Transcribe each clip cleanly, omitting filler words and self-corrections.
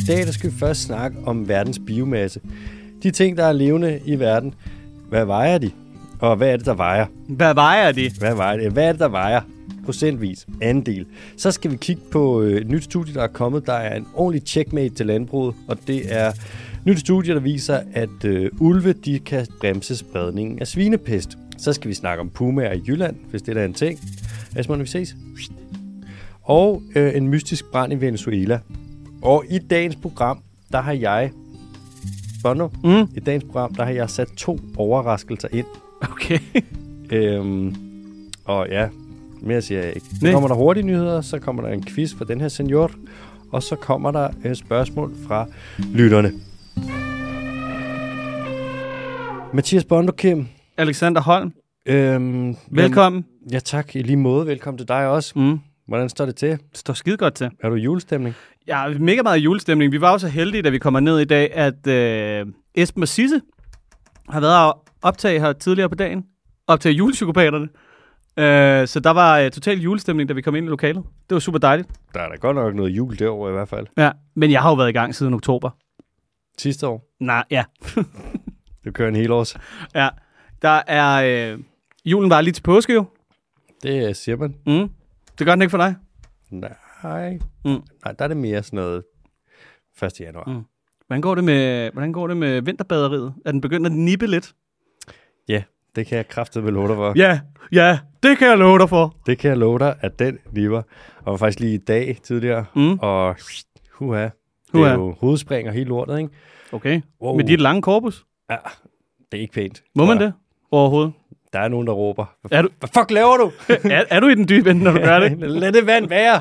dag der skal vi først snakke om verdens biomasse. De ting, der er levende i verden, hvad vejer de? Og hvad er det, der vejer? Hvad vejer de? Hvad er det, der vejer? Procentvis. Andel. Så skal vi kigge på et nyt studie, der er kommet. Der er en ordentlig checkmate til landbruget, og det er nyt studie, der viser, at ulve de kan bremse spredningen af svinepest. Så skal vi snakke om pumaer i Jylland, hvis det er en ting. Asmund, vi ses. Og en mystisk brand i Venezuela. Og i dagens program, der har jeg... Bono, i dagens program, der har jeg sat 2 overraskelser ind. Okay. Og ja, mere siger jeg ikke. Så kommer der hurtige nyheder, så kommer der en quiz for den her senior, og så kommer der spørgsmål fra lytterne. Mathias Bondo, Kim. Alexander Holm. Velkommen. Ja tak, i lige måde. Velkommen til dig også. Hvordan står det til? Det står skide godt til. Er du i julestemning? Ja, mega meget julestemning. Vi var jo så heldige, da vi kommer ned i dag, at Esben og Sisse har været at optage her tidligere på dagen. Optage julepsykopaterne. Så der var total julestemning, da vi kom ind i lokalet. Det var super dejligt. Der er da godt nok noget jul derovre i hvert fald. Ja, men jeg har jo været i gang siden oktober. Sidste år? Nej, ja. Du kører en hel års. Ja, der er... julen var lige til påske jo. Det siger man. Det gør den ikke for dig? Nej, der er det mere sådan noget 1. januar. Hvordan går det med vinterbaderiet? Er den begyndt at nippe lidt? Ja, det kan jeg kraftedeme love dig for. Ja, det kan jeg love dig for. Det kan jeg love dig, at den nipper. Og var faktisk lige i dag tidligere. Og det er jo hovedspring og hele lortet, ikke? Okay, med dit lange korpus? Ja, det er ikke pænt. Må man det overhovedet? Der er nogen, der råber. Hvad fuck laver du? er du i den dybe ende, når du gør det? Lad det vand være.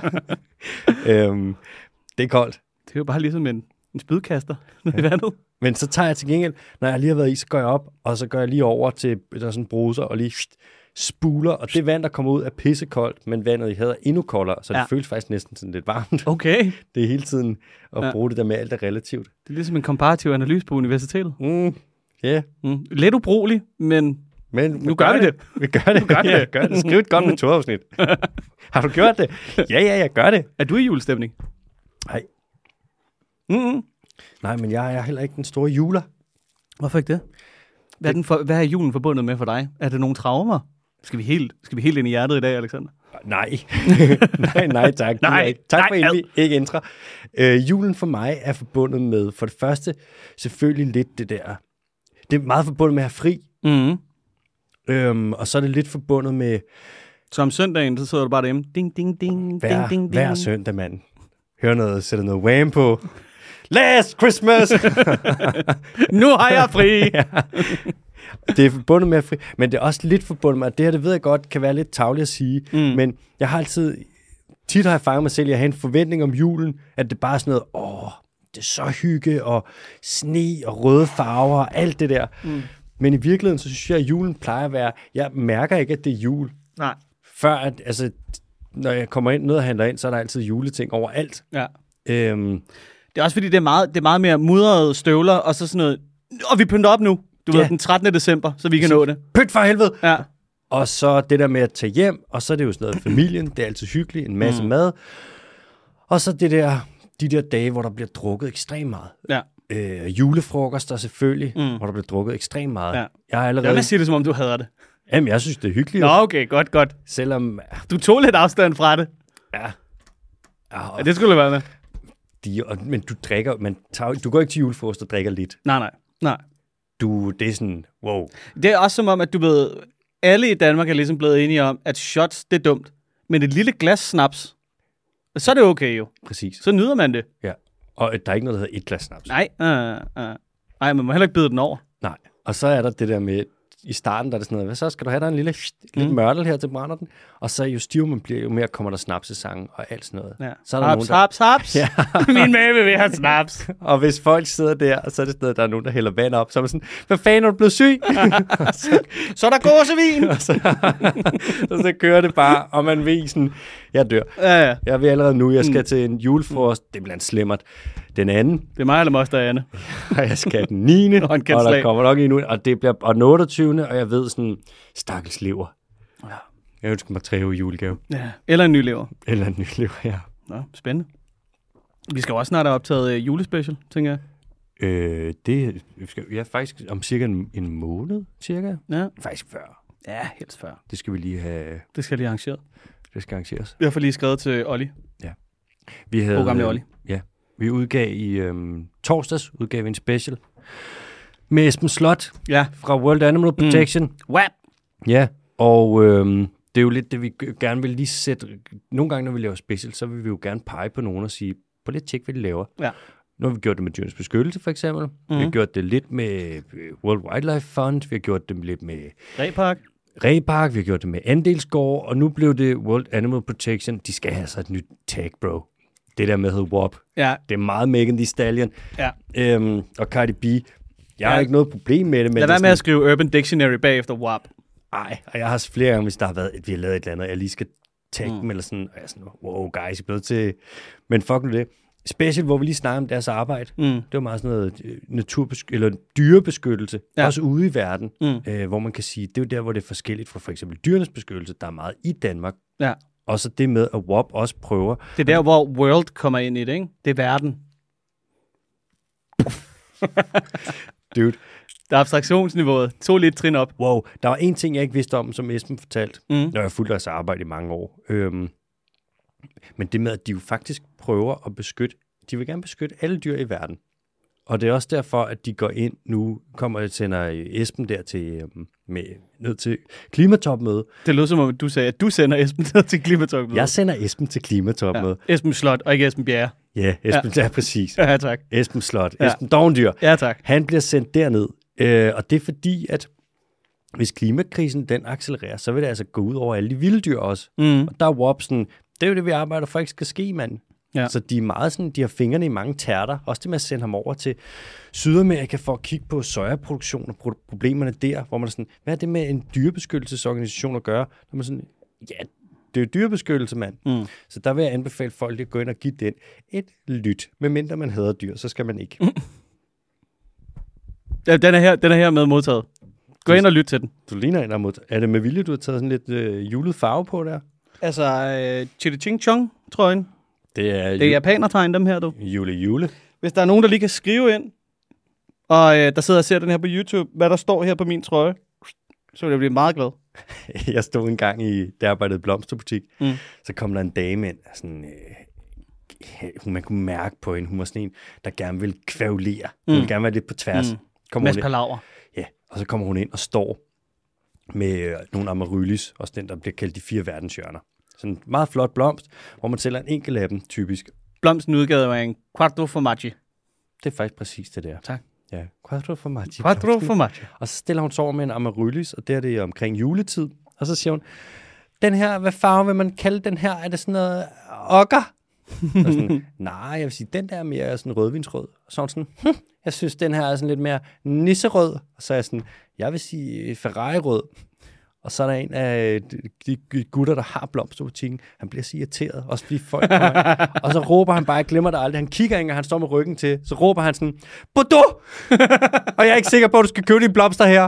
Det er koldt. Det er jo bare ligesom en spydkaster i vandet. Men så tager jeg til gengæld, når jeg lige har været i, så går jeg op, og så går jeg lige over til der sådan en bruser, og lige spuler, og det vand, der kommer ud, er pissekoldt, men vandet i havet er endnu koldere, så det føles faktisk næsten sådan lidt varmt. Okay. Det er hele tiden at bruge det der med alt er relativt. Det er ligesom en komparativ analyse på universitetet. Ja. Lidt ubrugelig, men nu gør vi det. Vi gør det. Ja, gør det. Skriv et godt metodafsnit. Har du gjort det? Ja, jeg gør det. Er du i julestemning? Nej. Nej, men jeg er heller ikke den store juler. Hvorfor ikke det? Hvad er julen forbundet med for dig? Er det nogle traumer? Skal vi helt ind i hjertet i dag, Alexander? Nej. nej, tak. Tak for ikke intra. Julen for mig er forbundet med, for det første, selvfølgelig lidt det der. Det er meget forbundet med at have fri. Og så er det lidt forbundet med... Så om søndagen, så sidder du bare derhjemme. Ding, ding, ding, ding, ding. Hver søndag, mand. Hør noget, sætter noget wham på. Last Christmas! Nu har jeg fri! Ja. Det er forbundet med at fri, men det er også lidt forbundet med, at det her, det ved jeg godt, kan være lidt tarveligt at sige, men jeg har tit har jeg fanget mig selv, jeg har en forventning om julen, at det bare er sådan noget, det er så hygge, og sne, og røde farver, og alt det der. Men i virkeligheden, så synes jeg, at julen plejer at være, jeg mærker ikke, at det er jul. Nej. Før, at, altså, når jeg kommer ind, ned og handler ind, så er der altid juleting overalt. Ja. Det er også fordi, det er meget mere mudrede støvler, og så sådan noget, og vi pynter op nu. Du ved, den 13. december, så vi kan nå det. Pynt for helvede! Ja. Og så det der med at tage hjem, og så er det jo sådan noget familien, det er altid hyggeligt, en masse mad. Og så de der dage, hvor der bliver drukket ekstremt meget. Ja. Julefrokoster selvfølgelig, hvor der bliver drukket ekstremt meget. Ja. Jeg har allerede... Jeg vil sige det, som om du hader det. Jamen, jeg synes, det er hyggeligt. Nå, okay, godt. Selvom... Du tog lidt afstand fra det. Ja. Ja, det skulle det være med. Men du går ikke til julefrokost og drikker lidt. Nej. Det er sådan, wow. Det er også som om, at du ved, alle i Danmark er ligesom blevet enige om, at shots, det er dumt. Men et lille glas snaps, så er det okay jo. Præcis. Så nyder man det. Ja. Og der er ikke noget, der hedder et glas snaps. Nej, man må heller ikke bide den over. Nej. Og så er der det der med, i starten der er det sådan noget, hvad så skal du have der en lidt mørtel her til brænder den? Og så jo stiv man bliver, jo mere kommer der snapsesang og alt sådan noget. Ja. Så er der Haps. Ja. Min mave vil have snaps. Og hvis folk sidder der, og så er det sådan noget, der er nogen, der hælder vand op, så er man sådan, hvad fanden er du blevet syg? så er der gåsevin! og så kører det bare, og man ved sådan, jeg dør. Ja. Jeg ved allerede nu, jeg skal til en julefrokost, det bliver en slimmert. Den anden. Det er mig eller moster, Anne. Og jeg skal den 9. og der kommer nok en ud, og det bliver den 28. Og jeg ved sådan, stakkels lever. Ja. Jeg ønsker mig 3 uger julegave. Ja. Eller en ny lever. Ja. Nå, spændende. Vi skal også snart have optaget julespecial, tænker jeg. Det skal faktisk om cirka en måned, cirka. Ja. Faktisk før. Ja, helst før. Det skal vi lige have. Det skal lige arrangeret. Det skal arrangeres. Jeg får lige skrevet til Olli. Ja. Vi havde, God gamle Olli. Ja. Vi udgav i torsdags udgav en special med Esben Slot fra World Animal Protection. What? Ja, og det er jo lidt det, vi gerne vil lige sætte. Nogle gange, når vi laver special, så vil vi jo gerne pege på nogen og sige, på lidt tjek, hvad de laver. Ja. Nu har vi gjort det med Dyrenes Beskyttelse, for eksempel. Vi har gjort det lidt med World Wildlife Fund. Vi har gjort det lidt med Rehpark. Vi har gjort det med Andelsgård. Og nu blev det World Animal Protection. De skal have så et nyt tag, bro. Det der med hedder WAP. Ja. Det er meget Megan Thee Stallion. Ja. Og Cardi B. Jeg har ikke noget problem med det. Men lad være med at skrive Urban Dictionary bagefter WAP. Nej, og jeg har flere gange, hvis der har været, vi har lavet et eller andet, jeg lige skal tagge dem, eller sådan, og jeg er sådan, wow, guys, I er blevet til. Men fuck nu det. Special, hvor vi lige snakker om deres arbejde. Det var meget sådan noget eller dyrebeskyttelse, også ude i verden, hvor man kan sige, det er jo der, hvor det er forskelligt fra for eksempel Dyrenes Beskyttelse, der er meget i Danmark. Ja. Og så det med, at WAP også prøver. Det er der, hvor World kommer ind i det, ikke? Det er verden. Dude. Der er abstraktionsniveauet. 2 lidt trin op. Wow, der var en ting, jeg ikke vidste om, som Esben fortalte, når jeg fulgte deres arbejde i mange år. Men det med, at de jo faktisk prøver at beskytte, de vil gerne beskytte alle dyr i verden. Og det er også derfor, at de går ind nu, sender Esben der til, ned til klimatopmøde. Det lød som om, du sagde, at du sender Esben ned til klimatopmøde. Jeg sender Esben til klimatopmøde. Ja. Esben Slot, og ikke Esben Bjerre. Ja, Esben, ja, præcis. Ja, tak. Esben Slot, Esben Dovendyr. Ja, tak. Han bliver sendt derned, og det er fordi, at hvis klimakrisen den accelererer, så vil det altså gå ud over alle de vilde dyr også. Og der er WAP sådan, det er jo det, vi arbejder for, ikke skal ske, mand. Ja. Så de er meget sådan, de har fingrene i mange tærter. Også det med at sende ham over til Sydamerika for at kigge på sojaproduktion og problemerne der, hvor man er sådan, hvad er det med en dyrebeskyttelsesorganisation at gøre? Når man sådan, ja, det er jo dyrebeskyttelse, mand. Så der vil jeg anbefale folk at gå ind og give den et lyt. Medmindre man hader dyr, så skal man ikke. Ja, den er her med modtaget. Gå ind og lyt til den. Du ligner en, der modtaget. Er det med vilje, du har taget sådan lidt julet farve på der? Altså, Chili Ching Chong, tror jeg. Det er japanertegn, dem her, du. Jule. Hvis der er nogen, der lige kan skrive ind, og der sidder og ser den her på YouTube, hvad der står her på min trøje, så vil jeg blive meget glad. Jeg stod en gang der arbejdede i blomsterbutik, så kom der en dame ind, sådan, man kunne mærke på hende, hun var sådan en, der gerne ville kvævlere. Hun ville gerne være lidt på tværs. Mads palaver. Ja, og så kommer hun ind og står med nogle amaryllis, også den, der bliver kaldt de 4 verdenshjørner. Sådan en meget flot blomst, hvor man sælger en enkelt af dem, typisk. Blomsten udgave af en quattro formaggi. Det er faktisk præcis det der. Tak. Ja, quattro formaggi. Quattro formaggi. Og så stiller hun sig over med en amaryllis, og det er det omkring juletid. Og så siger hun, den her, hvad farve vil man kalde den her? Er det sådan noget okker? Og sådan, nej, jeg vil sige, den der er mere sådan rødvinsrød. Og så er hun sådan, jeg synes, den her er sådan lidt mere nisserød. Og så er jeg sådan, jeg vil sige Ferrari-rød. Og så er der en af de gutter, der har blomsterbutikken. Han bliver så irriteret, også fordi folk kommer. Og så råber han bare, jeg glemmer det aldrig. Han kigger ikke, og han står med ryggen til. Så råber han sådan, Bordeaux! Og jeg er ikke sikker på, at du skal købe dine blomster her.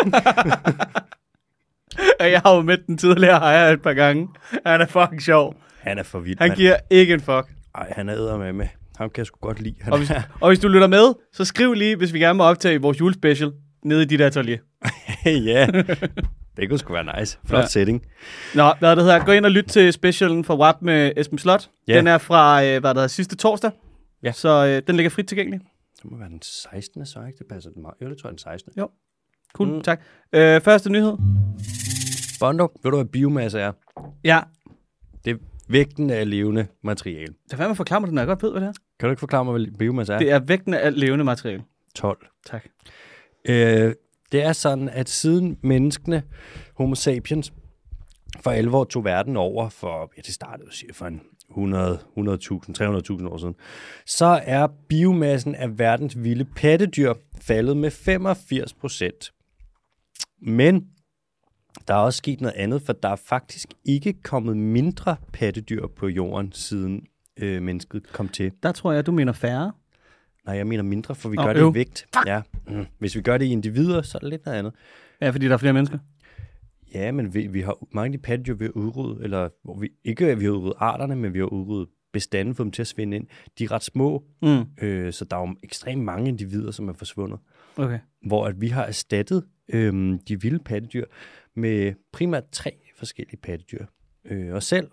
Jeg har jo med den tidligere ejer et par gange. Han er fucking sjov. Han er for vild. Han giver ikke en fuck. Nej, han er eddermame med. Ham kan jeg sgu godt lide. Og hvis du lytter med, så skriv lige, hvis vi gerne må optage vores julespecial nede i dit atelier. Ja, det kunne sgu være nice. Flot setting. Nå, hvad det hedder, gå ind og lyt til specialen for WAP med Esben Slot. Ja. Den er fra, sidste torsdag. Ja. Så den ligger frit tilgængelig. Det må være den 16. så ikke? Det passer den meget. Jo, det tror jeg den 16. Jo. Cool, tak. Første nyhed. Bondo, ved du hvad biomasse er? Ja. Det er vægten af levende materiale. Så hvad man forklare mig, når jeg godt ved, hvad det er? Kan du ikke forklare mig, hvad biomasse er? Det er vægten af levende materiale. 12. Tak. Det er sådan, at siden menneskene, Homo sapiens, for alvor tog verden over for, det startede for en 100.000, 300.000 år siden, så er biomassen af verdens vilde pattedyr faldet med 85%. Men der er også sket noget andet, for der er faktisk ikke kommet mindre pattedyr på jorden, siden mennesket kom til. Der tror jeg, du mener færre. Nej, jeg mener mindre, for vi gør det i vægt. Ja. Hvis vi gør det i individer, så er det lidt noget andet. Ja, fordi der er flere mennesker. Ja, men vi har mange af de pattedyr, vi har udryddet, eller hvor vi ikke vi har udryddet arterne, men vi har udryddet bestanden, få dem til at svinde ind. De er ret små, så der er jo ekstremt mange individer, som er forsvundet. Okay. Hvor at vi har erstattet de vilde pattedyr med primært 3 forskellige pattedyr. Og selv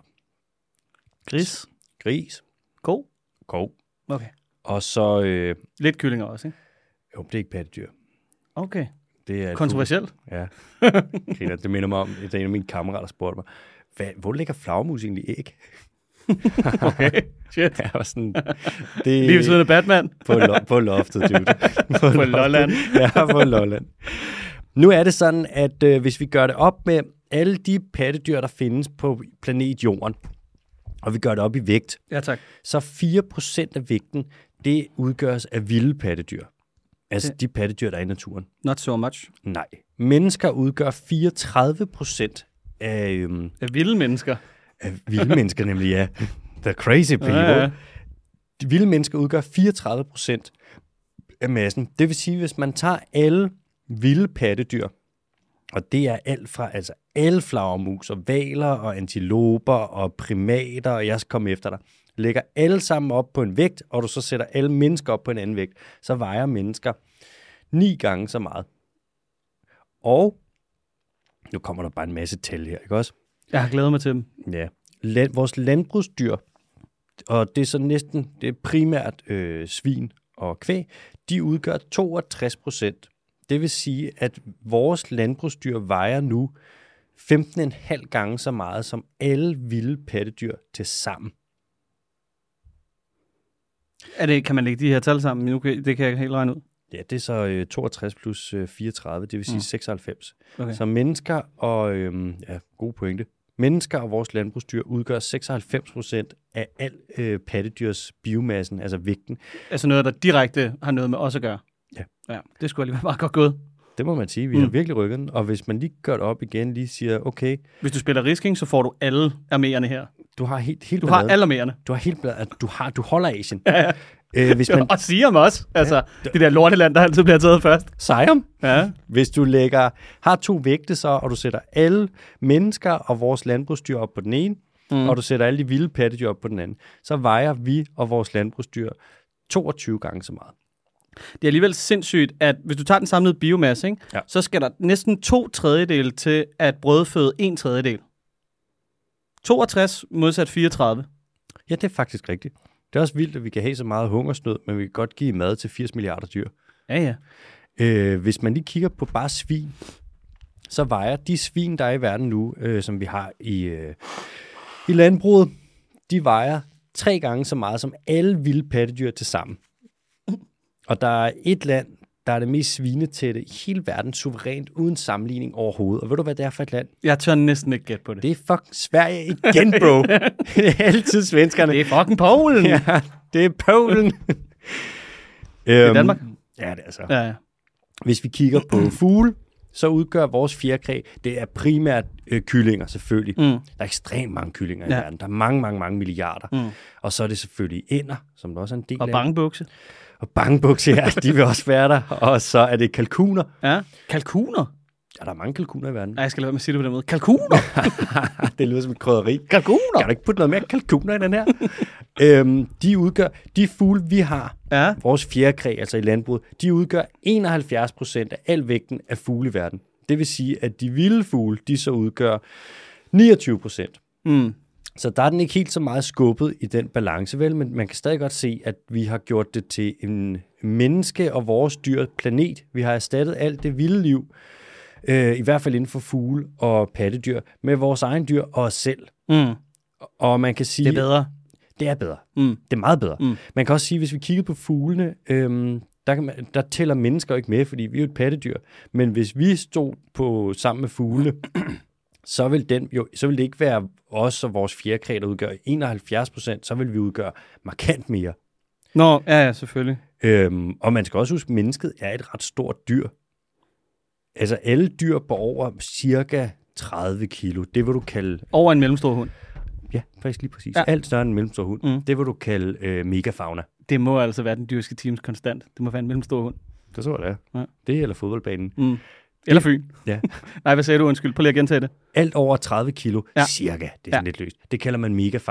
gris, ko. Okay. Og så... Lidt kyllinger også, ikke? Jo, det er ikke pattedyr. Okay. Det er kontroversielt. Ja. Griner. Det minder mig om, at en af mine kammerater spurgte mig, hvor ligger flagermus egentlig æg? Okay, shit. Jeg var sådan... Lige ved siden af Batman. På loftet, dude. På Lolland. Ja, på Lolland. Nu er det sådan, at hvis vi gør det op med alle de pattedyr, der findes på planet Jorden, og vi gør det op i vægt, ja, tak. så 4% af vægten, det udgøres af vilde pattedyr. Altså de pattedyr, der er i naturen. Not so much. Nej. Mennesker udgør 34% af... Af vilde mennesker. Af vilde mennesker nemlig, ja. The crazy people. Ja. De vilde mennesker udgør 34% af massen. Det vil sige, hvis man tager alle vilde pattedyr, og det er alt fra altså alle flagermus og hvaler og antiloper og primater, og jeg skal komme efter dig, lægger alle sammen op på en vægt, og du så sætter alle mennesker op på en anden vægt, så vejer mennesker 9 gange så meget. Og nu kommer der bare en masse tal her, ikke også? Jeg har glædet mig til dem. Ja. Vores landbrugsdyr, og det er så næsten, det er primært svin og kvæg, de udgør 62%. Det vil sige, at vores landbrugsdyr vejer nu 15,5 gange så meget som alle vilde pattedyr til sammen. Kan man lægge de her tal sammen? Nu det kan jeg helt regne ud. Ja, det er så 62 plus 34, det vil sige 96. Okay. Så mennesker og, gode pointe, mennesker og vores landbrugsdyr udgør 96% af al pattedyrs biomassen, altså vægten. Altså noget, der direkte har noget med os at gøre? Ja, det skulle alligevel bare godt gået. Det må man sige. Vi har virkelig rykket den. Og hvis man lige gør det op igen, lige siger, okay... Hvis du spiller Risking, så får du alle arméerne her. Du har helt Du har alle arméerne. Du har helt du holder Asien. Ja. Hvis man... Og Siam også. Altså, det der lorteland, der altid bliver taget først. Siam? Ja. Hvis du har 2 vægte så, og du sætter alle mennesker og vores landbrugsdyr op på den ene, og du sætter alle de vilde pattedyr op på den anden, så vejer vi og vores landbrugsdyr 22 gange så meget. Det er alligevel sindssygt, at hvis du tager den samlede biomasse, ikke, så skal der næsten 2/3 til at brødføde 1/3. 62 modsat 34. Ja, det er faktisk rigtigt. Det er også vildt, at vi kan have så meget hungersnød, men vi kan godt give mad til 80 milliarder dyr. Ja. Hvis man lige kigger på bare svin, så vejer de svin, der er i verden nu, som vi har i landbruget, de vejer 3 gange så meget som alle vilde pattedyr til sammen. Og der er et land, der er det mest svinetætte i hele verden, suverænt, uden sammenligning overhovedet. Og ved du, hvad det er for et land? Jeg tør næsten ikke gætte på det. Det er fucking Sverige igen, bro. Det er altid svenskerne. Det er fucking Polen. Ja, det er Polen. Det er Danmark. Ja, det er så. Ja. Hvis vi kigger på fugle, så udgør vores fjerkræ, det er primært kyllinger selvfølgelig. Der er ekstremt mange kyllinger i verden. Der er mange milliarder. Og så er det selvfølgelig ænder, som der også er en del af. Og bangebukse. Og bangebukse, ja, de vil også være der. Og så er det kalkuner. Ja, kalkuner? Ja, der er mange kalkuner i verden. Nej, jeg skal lade være med at sige det på den måde. Kalkuner? Det lyder som et krydderi. Kalkuner? Kan du ikke putte noget mere kalkuner i den her? De udgør, de fugle, vi har, vores fjerkræ, altså i landbruget, de udgør 71% af al vægten af fugle i verden. Det vil sige, at de vilde fugle, de så udgør 29%. Så der er den ikke helt så meget skubbet i den balance, vel? Men man kan stadig godt se, at vi har gjort det til en menneske og vores dyr planet. Vi har erstattet alt det vilde liv, i hvert fald inden for fugle og pattedyr, med vores egen dyr og os selv. Og man kan sige... Det er bedre. Det er bedre. Det er meget bedre. Man kan også sige, hvis vi kigger på fuglene, der tæller mennesker ikke med, fordi vi er jo et pattedyr. Men hvis vi stod sammen med fuglene, så vil det ikke være os og vores fjerkræ, der udgør 71%, så vil vi udgøre markant mere. Nå, ja, selvfølgelig. Og man skal også huske, at mennesket er et ret stort dyr. Altså alle dyr på over cirka 30 kilo, det vil du kalde... Over en mellemstor hund. Ja, faktisk lige præcis. Ja. Alt større end en mellemstor hund. Det vil du kalde megafauna. Det må altså være den dyrske teams konstant. Det må være en mellemstor hund. Det så det er. Ja. Det eller fodboldbanen. Eller Fyn. Ja. Nej, hvad sagde du? Undskyld. Prøv lige at gentage det. Alt over 30 kilo, cirka. Det er sådan lidt løst. Det kalder man megafauna.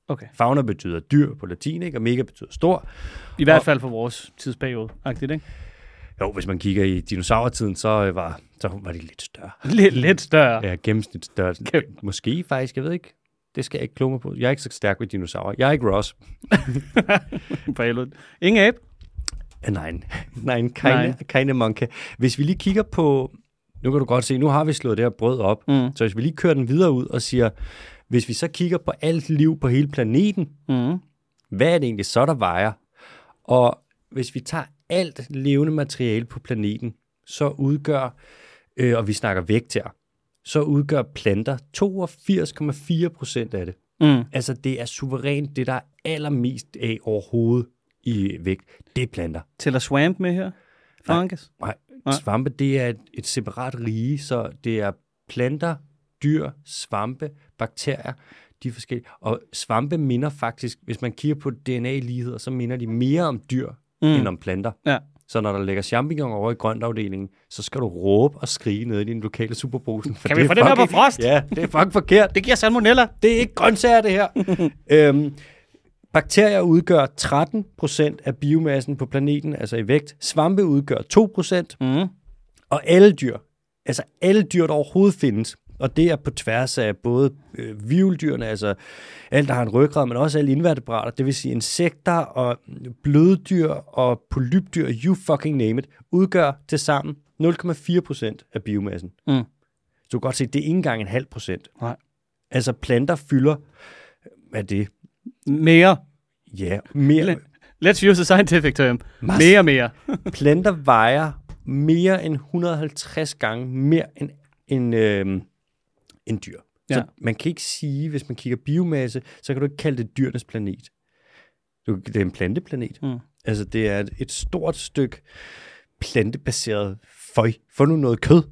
Okay. Fauna betyder dyr på latin, ikke? Og mega betyder stor. I hvert fald for vores tidsperiode-agtigt, ikke? Jo, hvis man kigger i dinosaurtiden, så var de lidt større. Lidt større. Ja, gennemsnit større. Måske faktisk, jeg ved ikke. Det skal jeg ikke kloge mig på. Jeg er ikke så stærk ved dinosaurer. Jeg er ikke Ross. For helvede. Ingen abe? Nej, keine monkey. Hvis vi lige kigger på... Nu kan du godt se, nu har vi slået det her brød op. Så hvis vi lige kører den videre ud og siger, hvis vi så kigger på alt liv på hele planeten, hvad er det egentlig så, der vejer? Og hvis vi tager alt levende materiale på planeten, så udgør, og vi snakker vægt her, så udgør planter 82,4% af det. Altså det er suverænt det, der er allermest af overhovedet i vægt. Det er planter. Tæller swamp med her? Fungus? Nej. Svampe, det er et separat rige, så det er planter, dyr, svampe, bakterier, de er forskellige. Og svampe minder faktisk, hvis man kigger på DNA-ligheder, så minder de mere om dyr end om planter. Ja. Så når der ligger champignon over i grøntafdelingen, så skal du råbe og skrige nede i din lokale Superbrugsen. Kan vi få det her på frost? Ja, det er fucking forkert. Det giver salmonella. Det er ikke grøntsager, det her. Bakterier udgør 13% af biomassen på planeten, altså i vægt. Svampe udgør 2%. Og alle dyr, der overhovedet findes, og det er på tværs af både hvirveldyrene, altså alt, der har en ryggrad, men også alle invertebrater, det vil sige insekter og bløddyr og polypdyr, you fucking name it, udgør til sammen 0,4% af biomassen. Så du kan godt se, det er ikke engang 0,5%. Nej. Altså planter fylder, hvad er det? Mere. Ja, mere. Let's use a scientific term. Mere. Planter vejer mere end 150 gange mere end dyr. Ja. Så man kan ikke sige, hvis man kigger biomasse, så kan du ikke kalde det dyrenes planet. Det er en planteplanet. Altså det er et stort stykke plantebaseret føj. Få nu noget kød.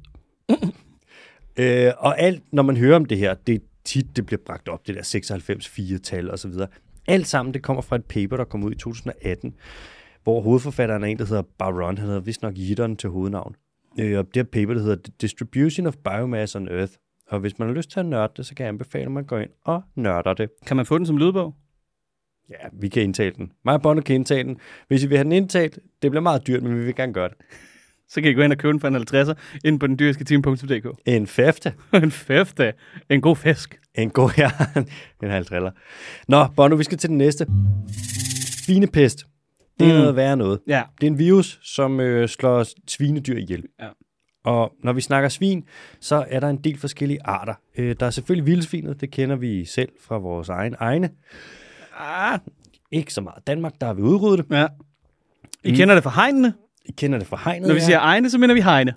Og alt, når man hører om det her, det er tit, det bliver bragt op, det der 96-4-tal og så videre. Alt sammen, det kommer fra et paper, der kom ud i 2018, hvor hovedforfatteren er en, der hedder Baron. Han hedder vist nok Yiddon til hovednavn. Og det her paper, der hedder The Distribution of Biomass on Earth. Og hvis man har lyst til at nørde det, så kan jeg anbefale, at man går ind og nørder det. Kan man få den som lydbog? Ja, vi kan indtale den. Mig og Bono kan indtale den. Hvis I vil have den indtalt, det bliver meget dyrt, men vi vil gerne gøre det. Så kan I gå ind og købe den for en 50'er inde på dendyrisketime.dk. En fæfte. En fæfte. En god fisk. En god, ja. En halv triller. Nå, Bono, vi skal til den næste. Svinepest. Det er noget værre noget. Ja. Det er en virus, som slår svinedyr ihjel. Ja. Og når vi snakker svin, så er der en del forskellige arter. Der er selvfølgelig vildsvinet, det kender vi selv fra vores egne. Ikke så meget. Danmark, der har vi udryddet det. Ja. I kender det fra hegnene? I kender det fra hegnet. Når vi siger egne, så mener vi hegne.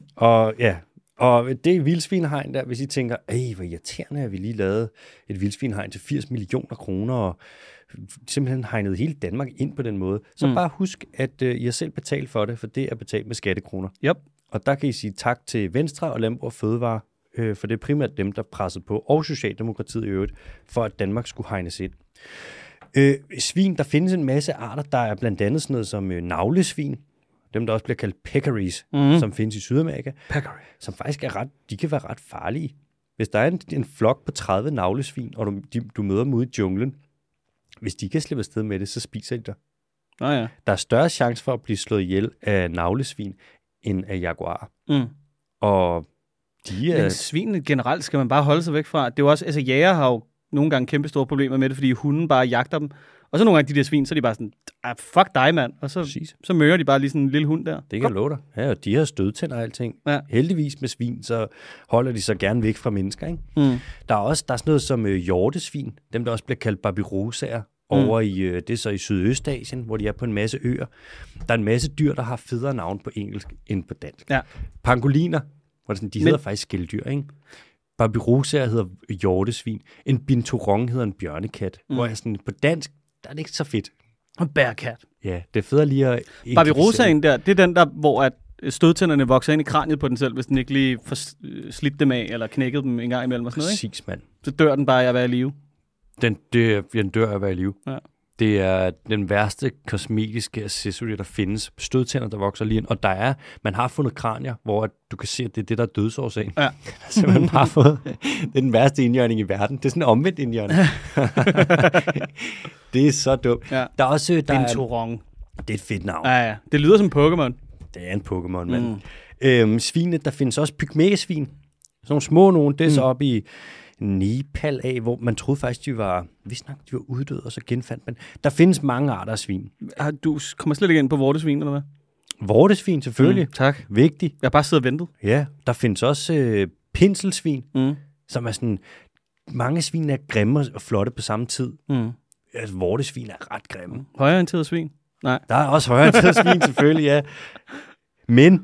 Og det er vildsvinehegn der, hvis I tænker, hvor irriterende, at vi lige lavede et vildsvinehegn til 80 millioner kroner, og simpelthen hegnede hele Danmark ind på den måde. Så bare husk, at I har selv betalt for det, for det er betalt med skattekroner. Yep. Og der kan I sige tak til Venstre og Landbrug og Fødevare, for det er primært dem, der pressede på, og Socialdemokratiet i øvrigt, for at Danmark skulle hegnes ind. Svin, der findes en masse arter, der er blandt andet sådan noget som navlesvin, dem der også bliver kaldt peccaries, som findes i Sydamerika, som faktisk de kan være ret farlige. Hvis der er en flok på 30 navlesvin, og du møder dem ude i junglen, hvis de kan slippe afsted med det, så spiser de dig. Ja. Der er større chance for at blive slået ihjel af navlesvin, end af jaguarer. Og Men svinene generelt skal man bare holde sig væk fra. Det er jo også, altså jæger har jo nogle gange kæmpe store problemer med det, fordi hunden bare jagter dem. Og så nogle gange de der svin, så er de bare sådan, fuck dig, mand. Og så mører de bare lige sådan en lille hund der. Det kan jeg love dig. Ja, og de har stødtænder og alting. Ja. Heldigvis med svin, så holder de så gerne væk fra mennesker, ikke? Der er sådan noget som hjortesvin, dem der også bliver kaldt babirosaer, over i, det er så i Sydøstasien, hvor de er på en masse øer. Der er en masse dyr, der har federe navn på engelsk end på dansk. Ja. Pangoliner, de hedder faktisk skældyr, ikke? Babirosaer hedder hjortesvin. En binturong hedder en bjørnekat. Hvor jeg sådan, på dansk, der er det ikke så fedt. En bærkat. Ja, det er fedt lige at... Babirosaen der, det er den der, hvor at stødtænderne vokser ind i kraniet på den selv, hvis den ikke lige får slidt dem af, eller knækket dem en gang imellem og sådan noget, ikke? Præcis, mand. Så dør den bare af at være i live. Den dør af at være i live. Ja. Det er den værste kosmetiske accessory, der findes. Stødtænder, der vokser lige ind. Og man har fundet kranier, hvor du kan se, at det er det, der er dødsårsagen. Ja. Så man har fået, det er den værste indjørning i verden. Det er sådan en omvendt indjørning. Det er så dumt. Ja. Der er også... Binturong. Det er et fedt navn. Ja. Det lyder som Pokémon. Det er en Pokémon, mand. Svinet, der findes også pygmæsvin. Sådan nogle små nogen. Det er så oppe i Nepal af, hvor man troede faktisk, de var uddøde, og så genfandt man. Der findes mange arter af svin. Du kommer slet ikke ind på vortesvin, eller hvad? Vortesvin, selvfølgelig. Tak. Vigtigt. Jeg har bare siddet og ventet. Ja, der findes også pinselsvin, som er sådan... Mange svin er grimme og flotte på samme tid. Altså, vortesvin er ret grimme. Højreorienteret svin? Nej. Der er også højreorienteret svin, selvfølgelig, ja. Men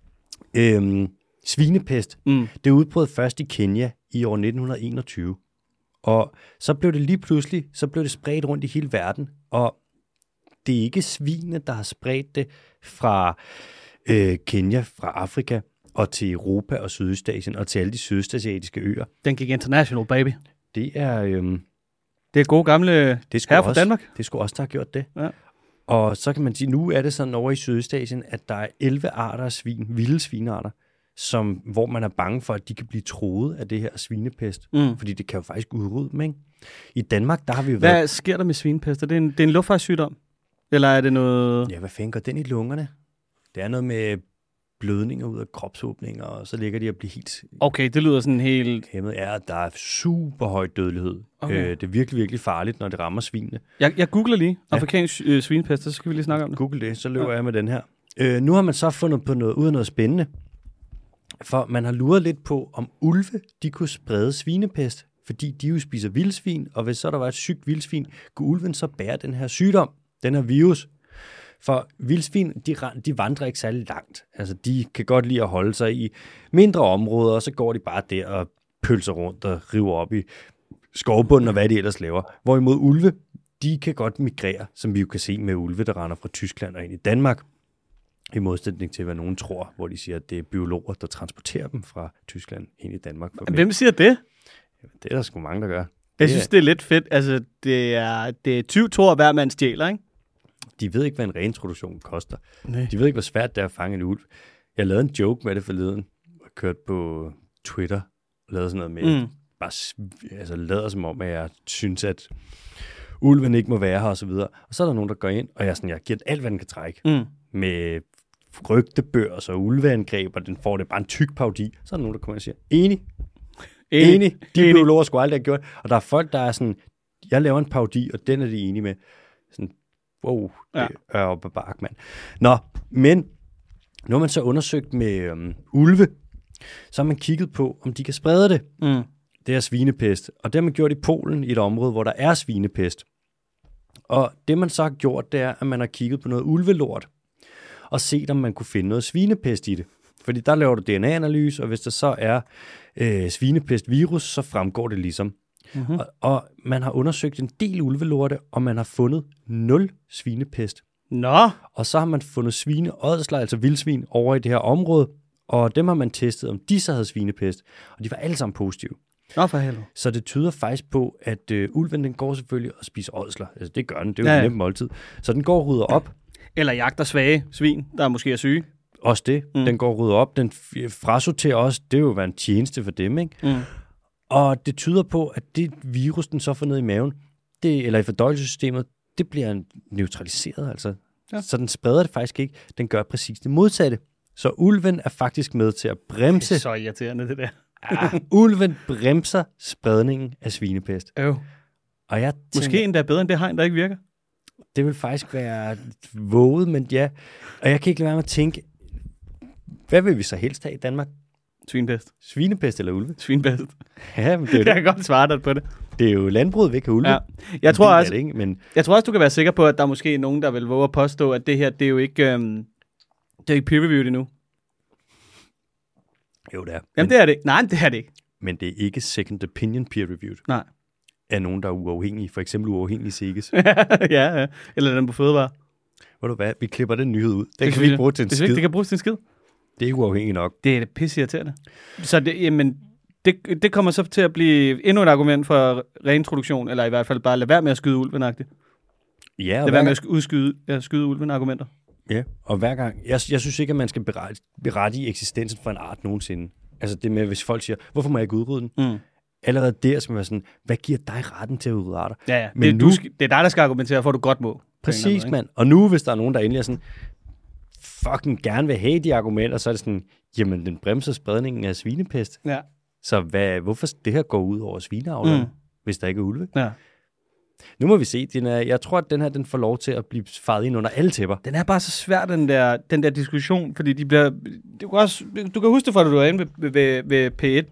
svinepest, det udbrød først i Kenya i år 1921. Og så blev det lige pludselig, spredt rundt i hele verden. Og det er ikke svine, der har spredt det fra Kenya, fra Afrika og til Europa og Sydøstasien og til alle de sydøstasiatiske øer. Den gik international, baby. Det er... det er gode gamle herre fra Danmark. Det skulle også der have gjort det. Ja. Og så kan man sige, nu er det sådan over i Sydøstasien, at der er 11 arter af svin, vilde svinearter, hvor man er bange for, at de kan blive truet af det her svinepest. Fordi det kan jo faktisk udrydde dem, ikke? I Danmark, der har vi jo Hvad sker der med svinepest? Det er en luftvejssygdom? Eller er det noget... Ja, hvad fanden går den i lungerne? Det er noget med blødninger ud af kropsåbninger, og så ligger de og bliver helt... Okay, det lyder sådan helt... Hæmmet er, at der er super høj dødelighed. Okay. Det er virkelig, virkelig farligt, når det rammer svinene. Jeg googler lige afrikansk svinepest, så skal vi lige snakke om det. Google det, så løber jeg med den her. Nu har man så fundet på noget spændende, for man har luret lidt på, om ulve, de kunne sprede svinepest, fordi de jo spiser vildsvin, og hvis så der var et sygt vildsvin, kunne ulven så bære den her sygdom, den her virus. For vildsvin, de vandrer ikke særlig langt. Altså, de kan godt lide at holde sig i mindre områder, og så går de bare der og pølser rundt og river op i skovbunden og hvad de ellers laver. Hvorimod ulve, de kan godt migrere, som vi jo kan se med ulve, der render fra Tyskland og ind i Danmark. I modsætning til, hvad nogen tror, hvor de siger, at det er biologer, der transporterer dem fra Tyskland ind i Danmark. Hvem siger det? Det er der sgu mange, der gør. Jeg synes, det er lidt fedt. Altså, det er 20 tår, hver mand stjæler, ikke? De ved ikke, hvad en reintroduktion koster. Nej. De ved ikke, hvor svært det er at fange en ulv. Jeg lavede en joke med det forleden, og kørte på Twitter, og lavede sådan noget med, bare lader som om, at jeg synes, at ulven ikke må være her, og så videre. Og så er der nogen, der går ind, og jeg giver det alt, hvad den kan trække. Med rygtebørs og ulveangreb, og den får det bare en tyk parodi. Så er der nogen, der kommer og siger, enig. De biologer skulle aldrig have gjort. Og der er folk, der er sådan, jeg laver en parodi, og den er de enige med. Sådan, wow, det er oppe bak, mand. Nå, men nu har man så undersøgt med ulve, så har man kigget på, om de kan sprede det. Det er svinepest. Og det har man gjort i Polen, i et område, hvor der er svinepest. Og det man så har gjort, det er, at man har kigget på noget ulvelort, og set, om man kunne finde noget svinepest i det. Fordi der laver du DNA-analyse, og hvis der så er svinepest-virus, så fremgår det ligesom. Og man har undersøgt en del ulvelorte, og man har fundet 0 svinepest. Nå! Og så har man fundet svineådsler, altså vildsvin, over i det her område, og dem har man testet, om de så havde svinepest. Og de var alle sammen positive. Nå, for helvede. Så det tyder faktisk på, at ulven, den går selvfølgelig og spiser ådsler. Altså det gør den, det er jo et nemt måltid. Så den går og rydder op. Eller jagter svage svin, der måske er syge. Også det. Den går og rydder op. Den frasorterer også. Det er jo en tjeneste for dem, ikke? Og det tyder på, at det virus, den så får ned i maven, eller i fordøjelsessystemet, det bliver neutraliseret, altså. Ja. Så den spreder det faktisk ikke. Den gør præcis det modsatte. Så ulven er faktisk med til at bremse. Det er så irriterende, det der. Ulven bremser spredningen af svinepest. Og jeg tænker, måske endda bedre end det hegn, der ikke virker. Det vil faktisk være våget, men ja. Og jeg kan ikke lade være med at tænke, hvad vil vi så helst have i Danmark? Svinepest. Svinepest eller ulve? Svinepest. Ja, men det er jeg kan godt svare dig på det. Det er jo landbruget, vi kan ulve. Ja. Jeg tror også, du kan være sikker på, at der er måske nogen, der vil våge at påstå, at det her, det er jo ikke, det er ikke peer-reviewed endnu. Jo, det er. Jamen, det er det ikke. Nej, det er det ikke. Men det er ikke second opinion peer-reviewed. Nej. Af nogen, der er uafhængige. For eksempel uafhængige Sikkes. ja. Eller den på fødevare. Ved du hvad? Vi klipper den nyhed ud. Den kan vi ikke bruge til en skid. Det kan bruges til en skid. Det er ikke uafhængigt nok. Det er pisseirriterende. Så det kommer så til at blive endnu et argument for reintroduktion, eller i hvert fald bare lade være med at skyde ulvenagtigt. Ja, det er med at skyde ulven argumenter. Ja, og hver gang... Jeg synes ikke, at man skal berette i eksistensen for en art nogensinde. Altså det med, hvis folk siger, hvorfor må jeg ikke udrydde den? Mm. Allerede der skal man være sådan, hvad giver dig retten til at udrydde arter? Ja. Men det er dig, der skal argumentere for, at du godt må. Præcis, mand. Og nu, hvis der er nogen, der endelig er sådan, fucking gerne vil have de argumenter, så er det sådan, jamen, den bremser spredningen af svinepest. Ja. Så hvorfor det her går ud over svineavlerne, hvis der ikke er ulve? Ja. Nu må vi se. Jeg tror, at den her den får lov til at blive faret ind under alle tæpper. Den er bare så svær, den der diskussion, fordi de bliver... Du kan huske det fra, da du var inde ved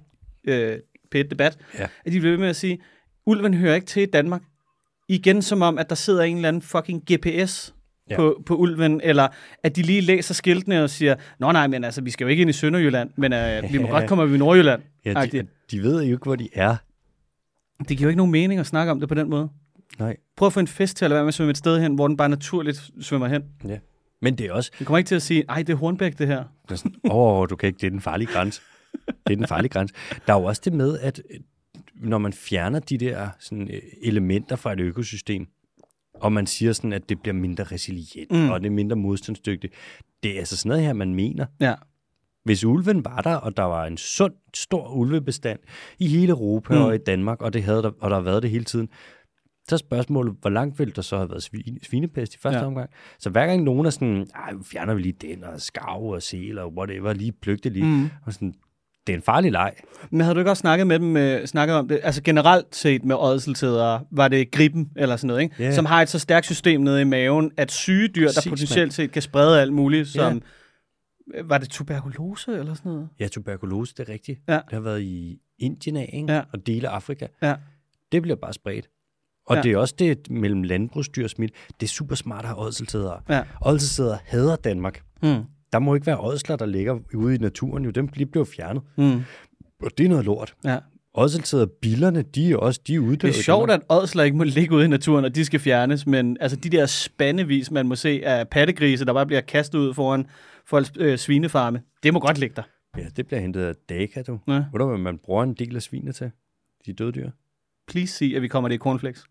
P1 Debat, at de bliver ved med at sige, ulven hører ikke til i Danmark. Igen som om, at der sidder en eller anden fucking GPS på ulven, eller at de lige læser skiltene og siger, nej, men altså, vi skal jo ikke ind i Sønderjylland, men vi må godt komme op i Nordjylland. Ja, de ved jo ikke, hvor de er. Det giver jo ikke nogen mening at snakke om det på den måde. Nej. Prøv at få en fisk til at lade være med at svømme et sted hen, hvor den bare naturligt svømmer hen. Ja. Men det er også... Du kommer ikke til at sige, det er Hornbæk, det her. Det er sådan, du kan ikke, det er den farlige grænse. Det er den farlige grænse. Der er jo også det med, at når man fjerner de der sådan, elementer fra et økosystem, og man siger sådan, at det bliver mindre resilient, og det er mindre modstandsdygtigt, det er altså sådan noget her, man mener. Ja. Hvis ulven var der, og der var en sund, stor ulvebestand i hele Europa og i Danmark, og der har været det hele tiden, så er spørgsmålet, hvor langt ville der så have været svinepest i første omgang? Så hver gang nogen er sådan, fjerner vi lige den, og skarv og sæl og whatever, lige pløgte lige, og sådan, det er en farlig leg. Men havde du ikke også snakket om det? Altså generelt set med ådseltædere, var det griben eller sådan noget, ikke? Yeah. Som har et så stærkt system nede i maven, at syge dyr, der potentielt set kan sprede alt muligt, som... Var det tuberkulose eller sådan noget? Ja, tuberkulose, det er rigtigt. Ja. Det har været i Indien ikke? Ja. Og dele af Afrika. Ja. Det bliver bare spredt. Og det er også det mellem landbrugsdyr og smidt. Det er super smart at have ådseltædere. Ja. Ådseltædere hader Danmark. Der må ikke være ådsler, der ligger ude i naturen. Jo, dem bliver fjernet. Og det er noget lort. Ja. Ådseltædere, billerne, de er uddøde. Det er sjovt, at ådsler ikke må ligge ude i naturen, og de skal fjernes. Men altså de der spandevis, man må se af pattegrise, der bare bliver kastet ud foran svinefarme, det må godt ligge der. Ja, det bliver hentet af Daka, du. Ja. Ved du, hvad man bruger en del af svine til? De døde dyr. Please sig, at vi kommer det i cornflakes.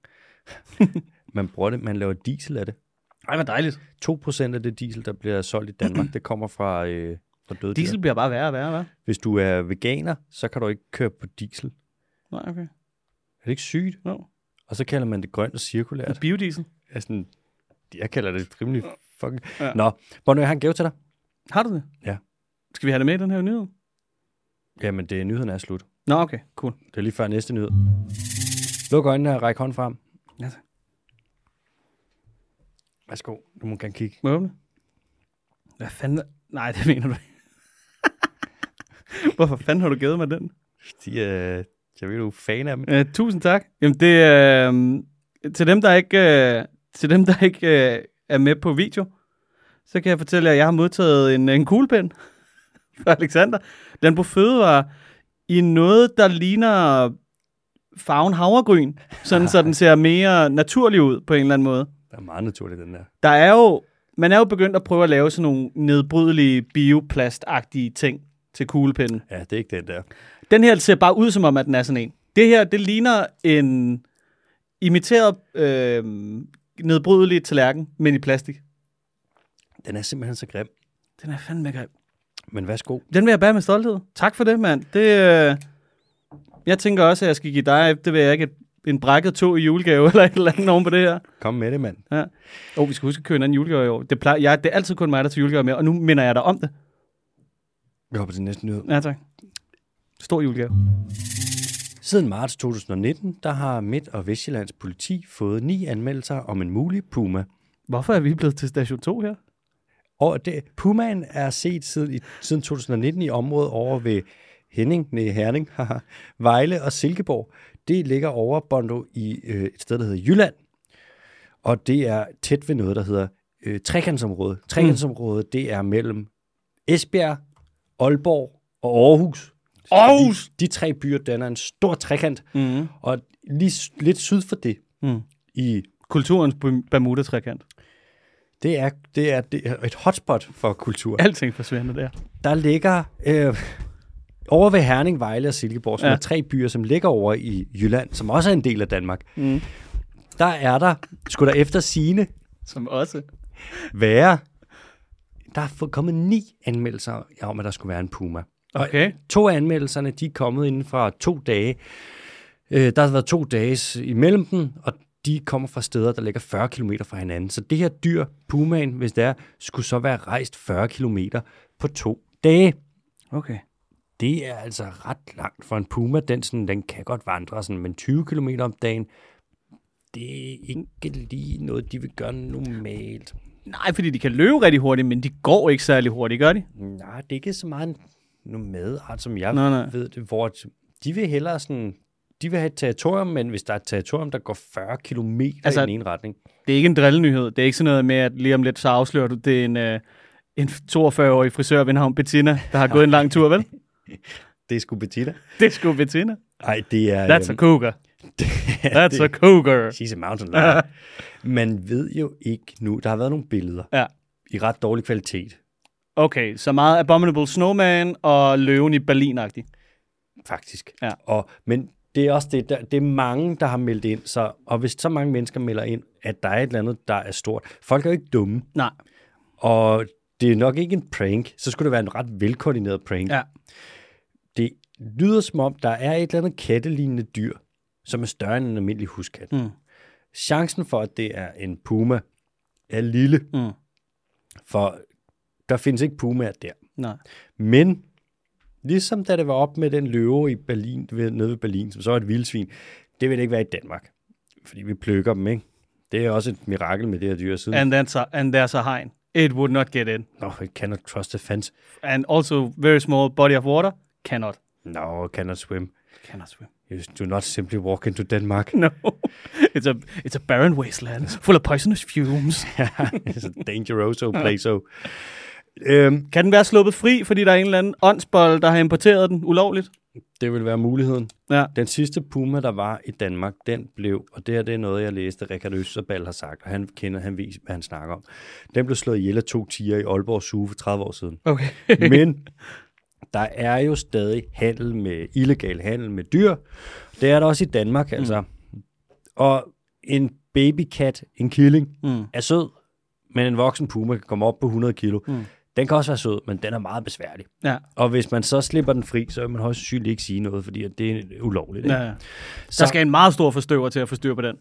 Man bruger det, man laver diesel af det. Ej, hvor dejligt. 2% af det diesel, der bliver solgt i Danmark, det kommer fra døde dyr. Diesel bliver bare værre og værre, hva'? Hvis du er veganer, så kan du ikke køre på diesel. Nej, okay. Er det ikke sygt? Jo. Og så kalder man det grønt og cirkulært. Biodiesel? Jeg kalder det rimelig fucking... Ja. Nå, Bono, jeg har en gave til dig. Har du det? Ja. Skal vi have det med i den her nyhed? Jamen, nyheden er slut. Nå, okay, cool. Det er lige før næste nyhed. Luk øjnene og ræk hånden frem. Ja, tak. Værsgo, du må gerne kigge. Må jeg åbne? Hvad fanden? Nej, det mener du ikke. Hvorfor fanden har du givet mig den? Fordi jeg ved, du er fan af dem. Tusind tak. Jamen, det er til dem, der ikke er med på video, så kan jeg fortælle jer, at jeg har modtaget en kuglepen fra Alexander. Den på fødevare i noget, der ligner farven havregryn, sådan så den ser mere naturlig ud på en eller anden måde. Det er meget naturligt, den der. Man er jo begyndt at prøve at lave sådan nogle nedbrydelige bioplastagtige ting til kuglepinden. Ja, det er ikke den der. Den her ser bare ud som om, at den er sådan en. Det her, det ligner en imiteret nedbrydelig tallerken, men i plastik. Den er simpelthen så grim. Den er fandme grim. Men værsgo. Den vil jeg bære med stolthed. Tak for det, mand. Jeg tænker også, at jeg skal give dig, det vil jeg ikke, en brækket tog i julegave, eller et eller andet oven på det her. Kom med det, mand. Ja. Vi skal huske at købe en anden julegave i år. Det er altid kun mig, der tager julegave med, og nu minder jeg dig om det. Vi hopper til næste nyhed. Ja, tak. Stor julegave. Siden marts 2019, der har Midt- og Vestjyllands politi fået 9 anmeldelser om en mulig puma. Hvorfor er vi blevet til station 2 her? Og pumaen er set siden 2019 i området over ved Herning, Vejle og Silkeborg. Det ligger over Bondo i et sted, der hedder Jylland. Og det er tæt ved noget, der hedder Trekantsområdet. Trekantsområdet, det er mellem Esbjerg, Aalborg og Aarhus. Aarhus! De 3 byer danner en stor trekant. Og lige lidt syd for det i kulturens Bermuda-trekant. Det er et hotspot for kultur. Alting forsvinder der. Der ligger over ved Herning, Vejle og Silkeborg, som er 3 byer, som ligger over i Jylland, som også er en del af Danmark. skulle der efter sigende Som også. være, der er kommet 9 anmeldelser om, at der skulle være en puma. Okay. 2 af anmeldelserne, de er kommet inden fra 2 dage. Der har været 2 dage imellem dem, og de kommer fra steder, der ligger 40 km fra hinanden. Så det her dyr, pumaen, hvis det er, skulle så være rejst 40 km på 2 dage. Okay. Det er altså ret langt for en puma. Den kan godt vandre sådan, men 20 km om dagen, det er ikke lige noget, de vil gøre normalt. Nej, fordi de kan løbe rigtig hurtigt, men de går ikke særlig hurtigt, gør de? Nej, det er ikke så meget en nomadeart, som jeg Nej. ved det, hvor de vil hellere sådan, de vil have et territorium, men hvis der er et territorium, der går 40 kilometer i den ene retning. Det er ikke en drillenyhed. Det er ikke sådan noget med, at lige om lidt, så afslører du, det er en 42-årig frisør ved navn Bettina, der har gået en lang tur, vel? Det er sgu Bettina. Det er sgu Bettina. Nej, det er... That's a cougar. That's a cougar. She's a mountain lion. Man ved jo ikke nu, der har været nogle billeder i ret dårlig kvalitet. Okay, så meget Abominable Snowman og løven i Berlin-agtig. Faktisk. Ja. Men det er også det er mange, der har meldt ind, og hvis så mange mennesker melder ind, at der er et eller andet, der er stort. Folk er jo ikke dumme. Nej. Og det er nok ikke en prank, så skulle det være en ret velkoordineret prank. Ja. Det lyder som om, der er et eller andet kattelignende dyr, som er større end en almindelig huskat. Chancen for, at det er en puma, er lille. For der findes ikke pumaer der. Nej. Men ligesom da det var op med den løve i Berlin, nede ved Berlin, som så er et vildsvin, det vil det ikke være i Danmark. Fordi vi plukker dem, ikke? Det er også et mirakel med det her dyr siden. And there's a hegn. It would not get in. No, it cannot cross the fence. And also very small body of water. Cannot. No, cannot swim. Cannot swim. You do not simply walk into Denmark. No. It's a barren wasteland full of poisonous fumes. It's a dangeroso place. Kan den være sluppet fri, fordi der er en eller anden åndsbold, der har importeret den ulovligt? Det vil være muligheden. Ja. Den sidste puma, der var i Danmark, den blev, og det er noget, jeg læste, Richard Østerbald har sagt, og han ved, hvad han snakker om. Den blev slået ihjel af 2 tiger i Aalborg Zoo for 30 år siden. Okay. Men der er jo stadig illegal handel med dyr. Det er der også i Danmark, altså. Og en babykat, en killing, er sød, men en voksen puma kan komme op på 100 kilo. Den kan også være sød, men den er meget besværlig. Ja. Og hvis man så slipper den fri, så vil man højst sandsynligt ikke sige noget, fordi det er ulovligt. Ikke? Ja. Der skal en meget stor forstøver til at forstyrre på den.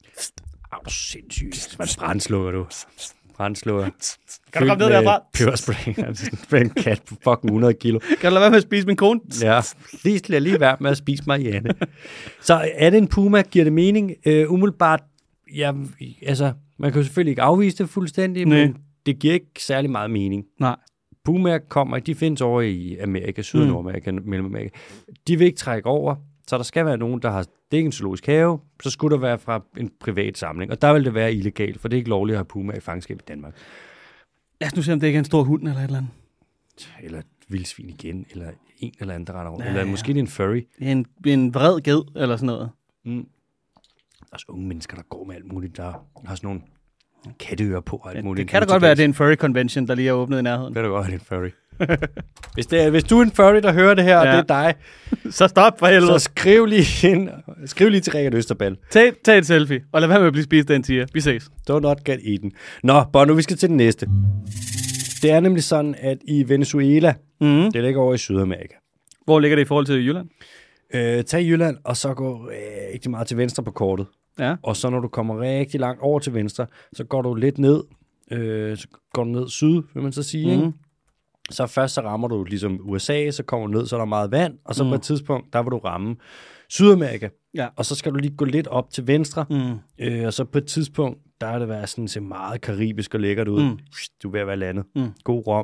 Sindssygt. Man brændslukker, du. Brændslukker. Kan du komme ned derfra? Peberspray. Altså en kat på fucking 100 kilo. Kan du lade være med at spise min kone? Ja, lige være med at spise Marianne. Så er det en puma? Giver det mening? Umiddelbart, ja, altså, man kan jo selvfølgelig ikke afvise det fuldstændig, men det giver ikke særlig meget mening. Nej. Pumaer de findes over i Amerika, Syd- og Nordamerika, Mellemamerika. De vil ikke trække over, så der skal være nogen, der har... Det er ikke en zoologisk have, så skulle der være fra en privat samling. Og der vil det være illegalt, for det er ikke lovligt at have pumaer i fangenskab i Danmark. Lad os nu se, om det ikke er en stor hund eller et eller andet. Eller et vildsvin igen, eller en eller anden, der render rundt. Eller måske det er en furry. En vred ged, eller sådan noget. Der er også unge mennesker, der går med alt muligt. Der har sådan nogle katteører på og alt muligt. Det kan da godt være, at det er en furry convention, der lige er åbnet i nærheden. Det kan da godt være, det er en furry. Hvis du er en furry, der hører det her, og det er dig, så stop for helvede. Så skriv lige til Richard Østerbald. Tag et selfie, og lad være med at blive spist af en tiger. Vi ses. Do not get eaten. Nå, Bono, vi skal til den næste. Det er nemlig sådan, at i Venezuela, det ligger over i Sydamerika. Hvor ligger det i forhold til Jylland? Tag Jylland, og så gå rigtig meget til venstre på kortet. Ja. Og så når du kommer rigtig langt over til venstre, så går du lidt ned, så går du ned syd, vil man så sige, ikke? Så først så rammer du ligesom USA, så kommer du ned, så er der meget vand, og så på et tidspunkt, der vil du ramme Sydamerika. Ja. Og så skal du lige gå lidt op til venstre, og så på et tidspunkt, der er det været sådan, ser meget karibisk og lækkert ud. Du er ved at være landet. God rom.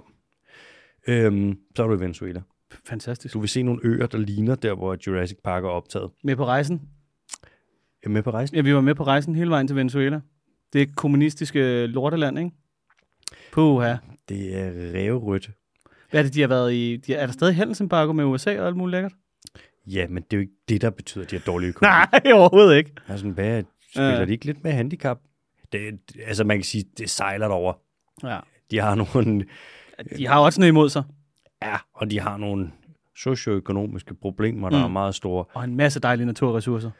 Så er du i Venezuela. Fantastisk. Du vil se nogle øer, der ligner der, hvor Jurassic Park er optaget. Med på rejsen? Er med på rejsen? Ja, vi var med på rejsen hele vejen til Venezuela. Det er kommunistiske lorteland, ikke? Puha. Det er ræverødt. Hvad er det, de har været i? Er der stadig handelsembargo med USA og alt muligt lækkert? Ja, men det er jo ikke det, der betyder, at de har dårlige økonomi. Nej, overhovedet ikke. Altså, hvad spiller de ikke lidt med handicap? Altså, man kan sige, det sejler derover. Ja. De har nogle... De har også noget imod sig. Ja, og de har nogle socioøkonomiske problemer, der er meget store. Og en masse dejlige naturressourcer.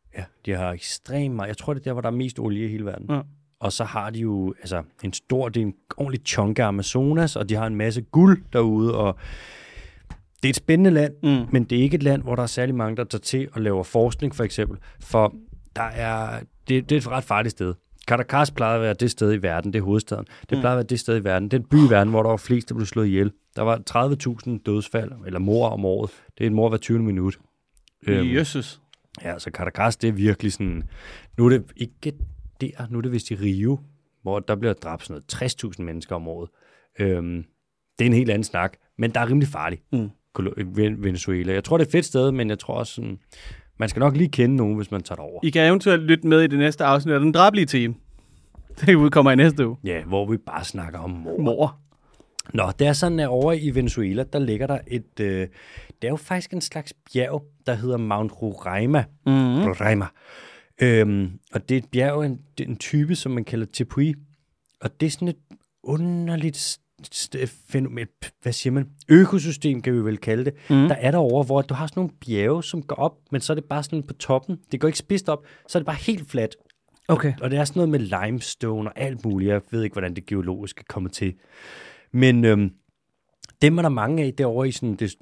Ja, de har ekstremt meget. Jeg tror, det er der, hvor der er mest olie i hele verden. Ja. Og så har de jo altså det er en ordentlig chunk af Amazonas, og de har en masse guld derude, og det er et spændende land, men det er ikke et land, hvor der er særlig mange, der tager til og laver forskning, for eksempel. For det er et ret farligt sted. Caracas plejede at være det sted i verden, det er hovedstaden. Det plejede at være det sted i verden. Det er en by i verden, hvor der var flest, der blev slået ihjel. Der var 30.000 dødsfald, eller mord om året. Det er en mor hver 20. minut. Jesus. Ja, så Caracas, det er virkelig sådan... Nu er det ikke der, nu er det vist i Rio, hvor der bliver dræbt sådan noget 60.000 mennesker om året. Det er en helt anden snak, men der er rimelig farligt. Venezuela. Jeg tror, det er et fedt sted, men jeg tror også sådan... Man skal nok lige kende nogen, hvis man tager det over. I kan eventuelt lytte med i det næste afsnit af Den Drabelige Team. Det udkommer i næste uge. Ja, hvor vi bare snakker om mor. Nå, det er sådan, at over i Venezuela, der ligger der det er jo faktisk en slags bjerg, der hedder Mount Roraima. Roraima. Og det er et bjerg, en type, som man kalder Tepuy. Og det er sådan et underligt fænomen, hvad siger man? Økosystem, kan vi vel kalde det. Der er derovre, hvor du har sådan nogle bjerge, som går op, men så er det bare sådan på toppen. Det går ikke spidst op, så er det bare helt fladt. Okay. Og det er sådan noget med limestone og alt muligt. Jeg ved ikke, hvordan det geologisk er kommet til. Men dem er der mange af derovre i sådan det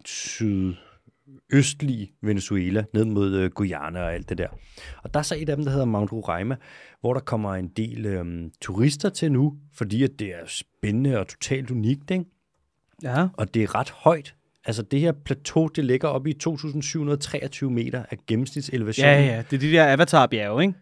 sydøstlige Venezuela, ned mod Guyana og alt det der. Og der er så et af dem, der hedder Mount Roraima, hvor der kommer en del turister til nu, fordi at det er spændende og totalt unikt, ikke? Ja. Og det er ret højt. Altså det her plateau, det ligger oppe i 2.723 meter af gennemsnitselevation. Ja, det er de der Avatar-bjerge, ikke?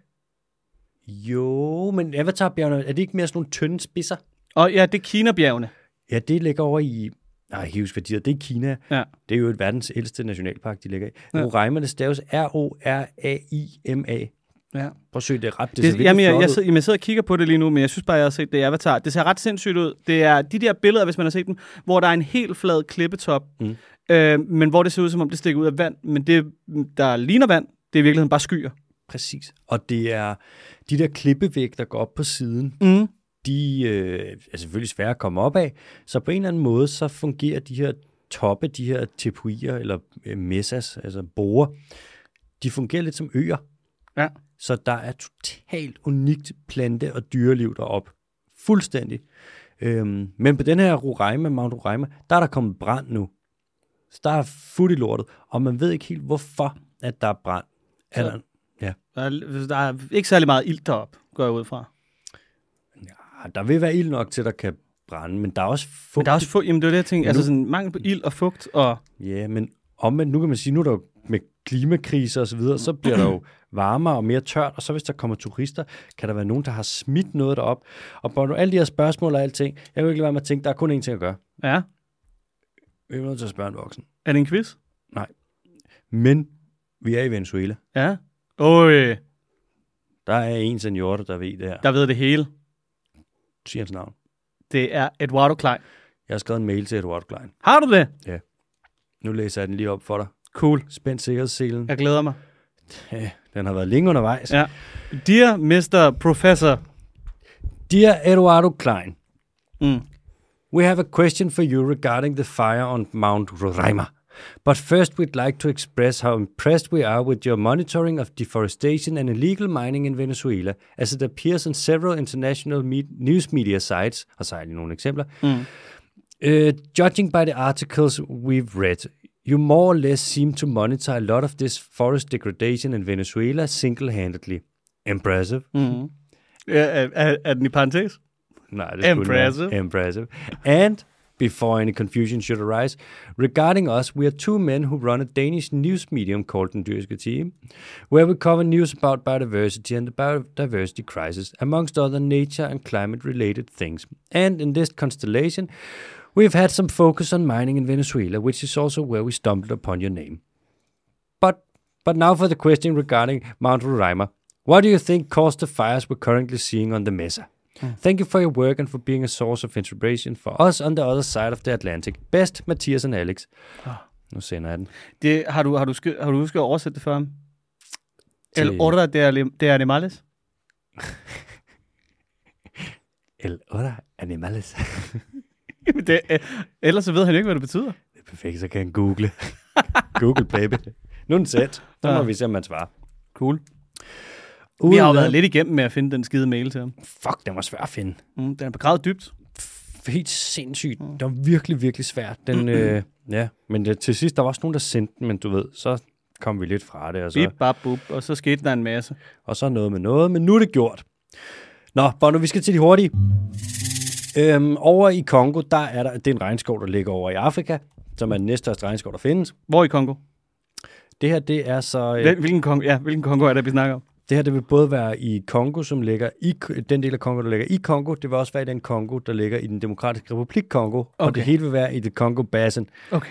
Jo, men Avatar-bjergene, er det ikke mere sådan nogle tynde spidser? Og ja, det er Kina-bjergene. Ja, det ligger over i... Nej, jeg kan huske, hvad det er Kina. Ja. Det er jo et verdens ældste nationalpark, de ligger i. Ja. Roraima, det staves R-O-R-A-I-M-A. Ja. Prøv at søge, det er ret... Jeg sidder og kigger på det lige nu, men jeg synes bare, jeg har set det i Avatar. Det ser ret sindssygt ud. Det er de der billeder, hvis man har set dem, hvor der er en helt flad klippetop, men hvor det ser ud, som om det stikker ud af vand. Men det, der ligner vand, det er i virkeligheden bare skyer. Præcis. Og det er de der klippevæg, der går op på siden. De er selvfølgelig svære at komme op af. Så på en eller anden måde, så fungerer de her toppe, de her tepuier, eller mesas, altså borer, de fungerer lidt som øer. Ja. Så der er totalt unikt plante- og dyreliv deroppe. Fuldstændig. Men på den her Roraima, Mount Roraima, der er der kommet brand nu. Så der er fuld i lortet, og man ved ikke helt, hvorfor at der er brand. Der er ikke særlig meget ilt deroppe, går jeg ud fra. Ja, der vil være ild nok til, der kan brænde, men der er også fugt. Men der er også fugt, jamen det er det, jeg tænker. Altså sådan mangel på ild og fugt og... Ja, men omvendt, nu kan man sige, nu er der jo med klimakriser og så videre, så bliver der jo varmere og mere tørt, og så hvis der kommer turister, kan der være nogen, der har smidt noget derop. Og på alle de her spørgsmål og alting, jeg vil ikke lade være med at tænke, der er kun én ting at gøre. Ja. Vi er nødt til at spørge en voksen. Er det en quiz? Nej. Men vi er i Venezuela. Ja. Der er en senior, der ved det her. Der ved det hele. Sig hans navn. Det er Eduardo Klein. Jeg har skrevet en mail til Eduardo Klein. Har du det? Ja. Nu læser jeg den lige op for dig. Cool. Spænd sikkerhedsselen. Jeg glæder mig. Ja, den har været længe undervejs. Ja. Dear Mr. Professor. Dear Eduardo Klein. We have a question for you regarding the fire on Mount Roraima. But first, we'd like to express how impressed we are with your monitoring of deforestation and illegal mining in Venezuela, as it appears on several international news media sites. Og så har jeg lige nogle eksempler. Judging by the articles we've read, you more or less seem to monitor a lot of this forest degradation in Venezuela single-handedly. Impressive. Er den i parentes? Nej, det impressive. Impressive. And... before any confusion should arise, regarding us, we are two men who run a Danish news medium called Den Dyrske Team, where we cover news about biodiversity and the biodiversity crisis, amongst other nature and climate-related things. And in this constellation, we've had some focus on mining in Venezuela, which is also where we stumbled upon your name. But now for the question regarding Mount Roraima. What do you think caused the fires we're currently seeing on the Mesa? Thank you for your work and for being a source of inspiration for us on the other side of the Atlantic. Best, Mathias and Alex. Nu sender jeg den. Det, har du husket at oversætte det for ham? El hora de animales? El hora animales. Ellers så ved han ikke, hvad det betyder. Det er perfekt, så kan han google. Google, baby. Nu er den sæt. Så må vi se, om man svarer. Cool. Vi har jo været lidt igennem med at finde den skide mail til ham. Fuck, den var svær at finde. Den er begravet dybt. Helt sindssygt. Det var virkelig, virkelig svært. Den, ja, men til sidst, der var også nogen, der sendte den, men du ved, så kom vi lidt fra det. Og så, bip, bap, bup, og så skete der en masse. Og så noget med noget, men nu er det gjort. Nå, Bono, vi skal til de hurtige. Over i Congo, det er en regnskov, der ligger over i Afrika, som er den næststørste regnskov, der findes. Hvor i Congo? Det her, det er så... Hvilken Congo er det, vi snakker om? Det her, det vil både være i Congo, som ligger i den del af Congo, der ligger i Congo. Det vil også være i den Congo, der ligger i den demokratiske republik Congo. Okay. Og det hele vil være i det Congo-basin. Okay.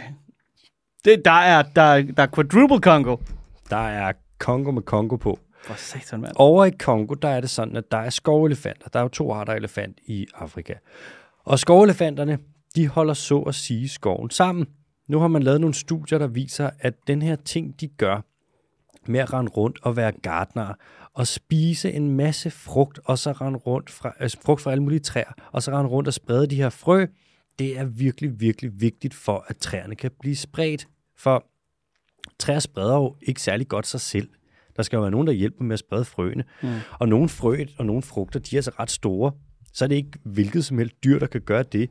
Der er quadruple Congo. Der er Congo med Congo på. For satan, mand. Over i Congo, der er det sådan, at der er skovelefanter. Der er jo 2 arter af elefant i Afrika. Og skovelefanterne, de holder så at sige skoven sammen. Nu har man lavet nogle studier, der viser, at den her ting, de gør med at rende rundt og være gartnere og spise en masse frugt, og så rende rundt frugt fra alle mulige træer, og så rende rundt og sprede de her frø, det er virkelig, virkelig vigtigt for, at træerne kan blive spredt. For træer spreder jo ikke særlig godt sig selv. Der skal jo være nogen, der hjælper med at sprede frøene. Og nogle frø og nogle frugter, de er altså ret store. Så er det ikke hvilket som helst dyr, der kan gøre det.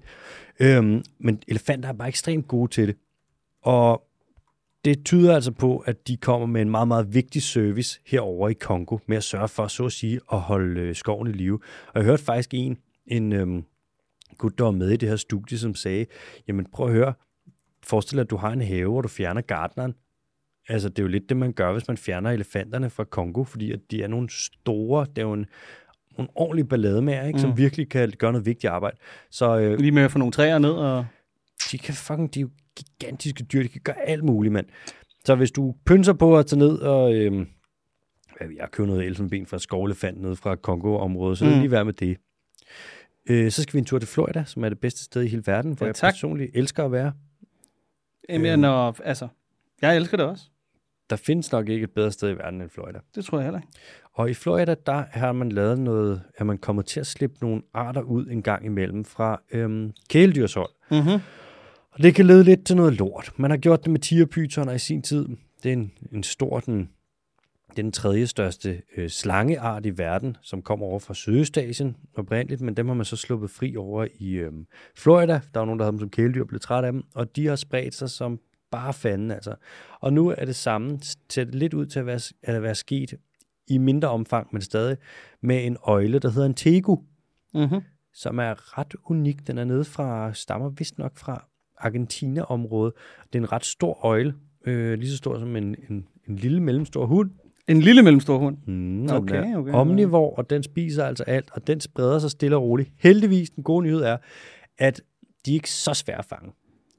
Men elefanter er bare ekstremt gode til det. Og det tyder altså på, at de kommer med en meget, meget vigtig service herover i Congo, med at sørge for, så at sige, at holde skoven i live. Og jeg hørte faktisk en gut, der var med i det her studie, som sagde, jamen prøv at høre, forestil dig, at du har en have, hvor du fjerner gartneren. Altså, det er jo lidt det, man gør, hvis man fjerner elefanterne fra Congo, fordi at de er nogle store, det er jo nogle ordentlige ballademager, ikke, som virkelig kan gøre noget vigtigt arbejde. Så, lige med at få nogle træer ned og... De er jo gigantiske dyr, de kan gøre alt muligt, mand. Så hvis du pynser på at tage ned og... jeg køber noget elfenben fra skovelefant nede fra Kongo-området, så det er lige værd med det. Så skal vi en tur til Florida, som er det bedste sted i hele verden, hvor jeg personligt elsker at være. Jamen, jeg elsker det også. Der findes nok ikke et bedre sted i verden end Florida. Det tror jeg heller ikke. Og i Florida, der har man lavet noget, at man kommer til at slippe nogle arter ud en gang imellem fra kæledyrshold. Mm-hmm. Og det kan lede lidt til noget lort. Man har gjort det med tigerpytoner i sin tid. Det er en stor, den 3. største slangeart i verden, som kommer over fra Sydøstasien oprindeligt, men dem har man så sluppet fri over i Florida. Der var nogen, der havde dem som kæledyr og blev træt af dem, og de har spredt sig som bare fanden, altså. Og nu er det samme, ser det lidt ud til at være sket i mindre omfang, men stadig, med en øgle, der hedder en tegu, som er ret unik. Den er nede stammer vist nok fra Argentina-området. Det er en ret stor øgle, lige så stor som en lille mellemstor hund. En lille mellemstor hund? Okay. Omnivor, og den spiser altså alt, og den spreder sig stille og roligt. Heldigvis, den gode nyhed er, at de ikke er så svære at fange.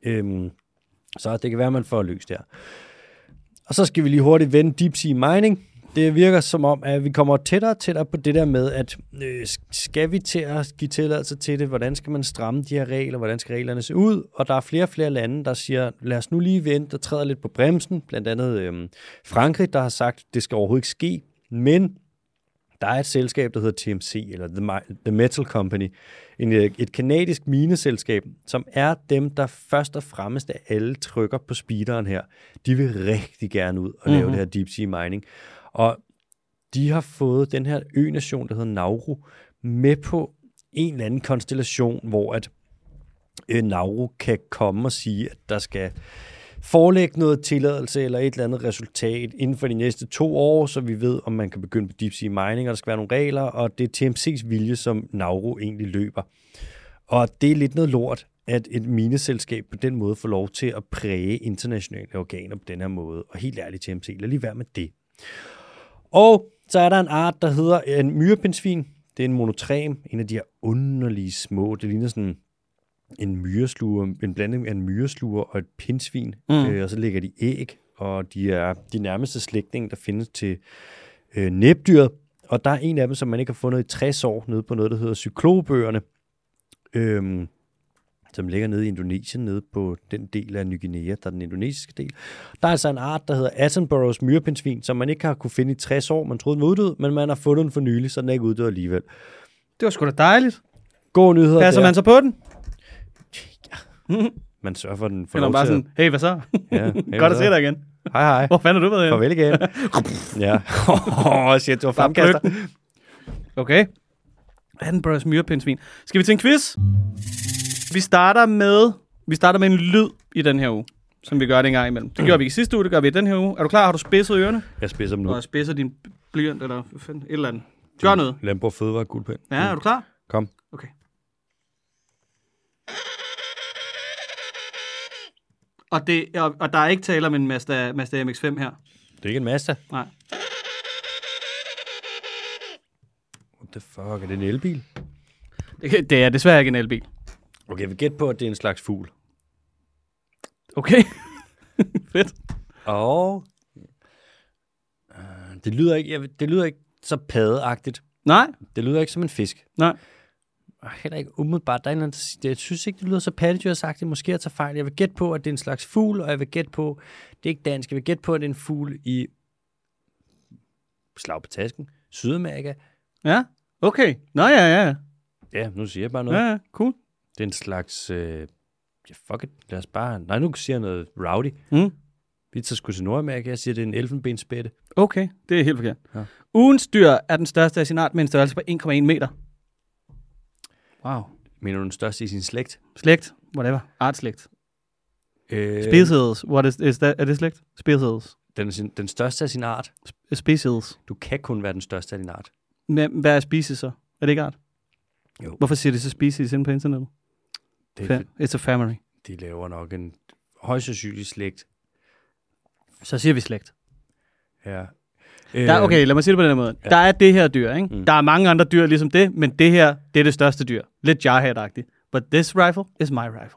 Så det kan være, at man får løst det her. Og så skal vi lige hurtigt vende deep sea mining. Det virker som om, at vi kommer tættere og tættere på det der med, at skal vi til at give tilladelse til det? Hvordan skal man stramme de her regler? Hvordan skal reglerne se ud? Og der er flere og flere lande, der siger, lad os nu lige vente og træde lidt på bremsen. Blandt andet Frankrig, der har sagt, at det skal overhovedet ikke ske. Men der er et selskab, der hedder TMC, eller The Metal Company. Et kanadisk mineselskab, som er dem, der først og fremmest af alle trykker på speederen her. De vil rigtig gerne ud og lave det her deep sea mining. Og de har fået den her ø-nation, der hedder Nauru, med på en eller anden konstellation, hvor at Nauru kan komme og sige, at der skal forelægge noget tilladelse eller et eller andet resultat inden for de næste 2 år, så vi ved, om man kan begynde på deep sea mining, og der skal være nogle regler, og det er TMC's vilje, som Nauru egentlig løber. Og det er lidt noget lort, at et mineselskab på den måde får lov til at præge internationale organer på den her måde. Og helt ærligt, TMC, lad lige være med det. Og så er der en art, der hedder en myrepindsvin. Det er en monotrem, en af de her underlige små. Det ligner sådan en myresluger, en blanding af en myresluger og et pindsvin. Og så lægger de æg, og de er de nærmeste slægtninge, der findes til næbdyret. Og der er en af dem, som man ikke har fundet i 60 år, nede på noget, der hedder cyklobøerne, som ligger nede i Indonesien, nede på den del af Ny Guinea, der er den indonesiske del. Der er altså en art, der hedder Attenboroughs myrepindsvin, som man ikke har kunne finde i 60 år. Man troede, den var uddød, men man har fundet den for nylig, så den er ikke uddød alligevel. Det var sgu da dejligt. God nyheder. Passer man så på den? Ja. Man sørger for, den får eller lov bare til sådan, hey, hvad så? Ja, hey, godt at se dig igen. Hej. Hvor fanden er du været Farvel igen. Ja. Shit, du var fremkaster. Okay. Attenboroughs myrepindsvin. Skal vi til en quiz? Vi starter med en lyd i den her uge, som vi gør det en gang imellem. Det gjorde vi i sidste uge, det gør vi i den her uge. Er du klar? Har du spidset ørerne? Jeg spidser dem nu. Og spidser din blyant, eller et eller andet. Gør noget. Landbrug Fødevare guldpind. Ja, er du klar? Kom. Okay. Og der er ikke tale om en Mazda MX-5 her. Det er ikke en Mazda. Nej. What the fuck? Er det en elbil? Det er desværre ikke en elbil. Okay, jeg vil gætte på, at det er en slags fugl. Okay. Fedt. Og det lyder ikke så paddeagtigt. Nej. Det lyder ikke som en fisk. Nej. Og heller ikke umiddelbart. Der er en, jeg synes ikke, det lyder så pattedyrsagtigt. Måske jeg tager fejl. Jeg vil gætte på, at det er en slags fugl, og jeg vil gætte på, det er ikke dansk, jeg vil gætte på, at det er en fugl i slag på tasken. Sydamerika. Ja, okay. Nå, ja. Ja, nu siger jeg bare noget. Ja, cool. Det er en slags, fuck it, lad os bare, nej, nu siger jeg noget rowdy. Vi tager sgu til Nordamerika, jeg siger, det er en elfenbensspætte. Okay, det er helt forkert. Ja. Ugens dyr er den største af sin art med en størrelse på 1,1 meter. Wow. Mener du den største i sin slægt? Slægt, whatever. Artslægt. Species, er det slægt? Species. Den største af sin art. Species. Du kan kun være den største af din art. Men hvad er species så? Er det ikke art? Jo. Hvorfor siger de så species inde på internettet? It's a family. De laver nok en højst sandsynlig slægt. Så siger vi slægt. Ja. Okay, lad mig sige det på den her måde. Ja. Der er det her dyr, ikke? Der er mange andre dyr ligesom det, men det her, det er det største dyr. Lidt jarhead-agtigt. But this rifle is my rifle.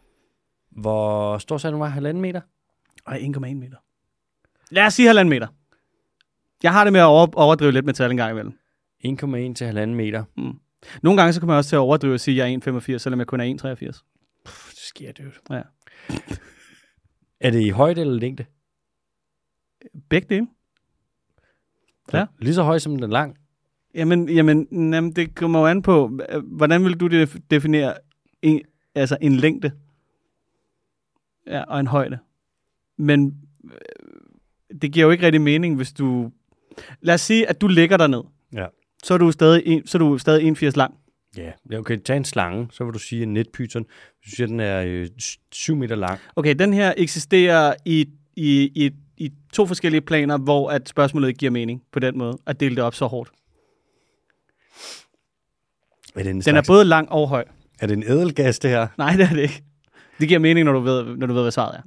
Hvor stor sagde du var? 1,5 meter? Ej, 1,1 meter. Lad os sige 1,5 meter. Jeg har det med at overdrive lidt med tal en gang imellem. 1,1 til 1,5 meter. Nogle gange så kommer jeg også til at overdrive og sige, at jeg er 1,85, selvom jeg kun er 1,83. Det sker det jo. Ja. Er det i højde eller længde? Begge dele. Ja. Lige så høj som den lang? Jamen, det kommer jo an på, hvordan vil du definere en længde? Ja, og en højde. Men det giver jo ikke rigtig mening, hvis du... Lad os sige, at du ligger derned. Ja. Så er du stadig 1,80 lang. Ja, okay, tag en slange, så vil du sige en netpyton. Hvis du siger, den er 7 meter lang. Okay, den her eksisterer i to forskellige planer, hvor at spørgsmålet ikke giver mening på den måde, at dele det op så hårdt. Den er både lang og høj. Er det en ædelgas, det her? Nej, det er det ikke. Det giver mening, når du ved, hvad svaret er.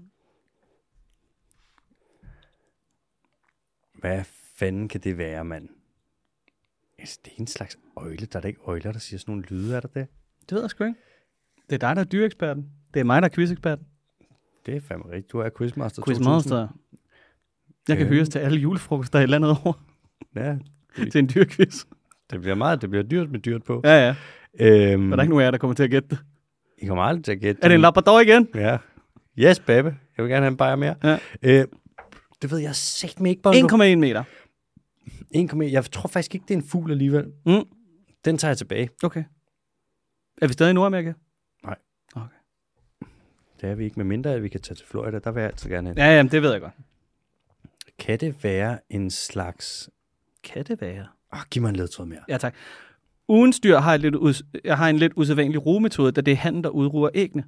Hvad fanden kan det være, mand? Det er en slags øgle. Der er da ikke øjler, der siger sådan nogle lyde, er der det? Det ved jeg sgu ikke. Det er dig, der er dyreeksperten. Det er mig, der er quizeksperten. Det er fandme rigtigt. Du er quizmaster. Quizmaster. Jeg kan høres til alle julefrokoster i landet over. Ja. Til en dyrquiz. Det bliver dyrt med dyrt på. Ja. Der er ikke nogen af jer, der kommer til at gætte det. I kommer aldrig til at gætte det. Er det en labrador igen? Ja. Yes, baby. Jeg vil gerne have en bajer mere. Ja. Det ved jeg sagt mig ikke. 1,1 meter. 1,1. Jeg tror faktisk ikke, det er en fugl alligevel. Den tager jeg tilbage. Okay. Er vi stadig i Nordamerika? Nej. Okay. Det er vi ikke, med mindre at vi kan tage til Florida. Der vil jeg altid gerne hen. Ja, jamen, det ved jeg godt. Kan det være en slags... Kan det være? Giv mig en ledtråd mere. Ja, tak. Ugens dyr har en lidt usædvanlig rugemetode, da det er han, der udruger æggene.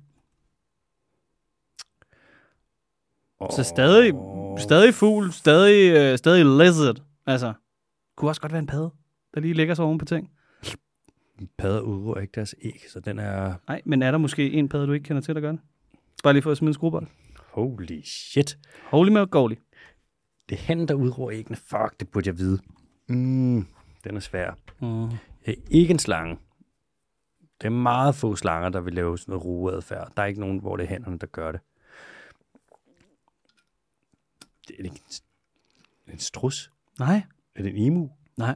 Så stadig fugl, stadig lizard. Altså, kunne også godt være en padde, der lige ligger sig oven på ting. Padder udruger ikke deres æg, så den er... Nej, men er der måske en padde, du ikke kender til, der gør det? Bare lige for at smide en skruebold. Holy shit. Holy Moly. Det er han, der udruger æggene. Fuck, det burde jeg vide. Den er svær. Ikke en slange. Det er meget få slanger, der vil lave sådan noget rugeadfærd. Der er ikke nogen, hvor det er hænderne, der gør det. Det er ikke en strus. Nej. Er det en emu? Nej.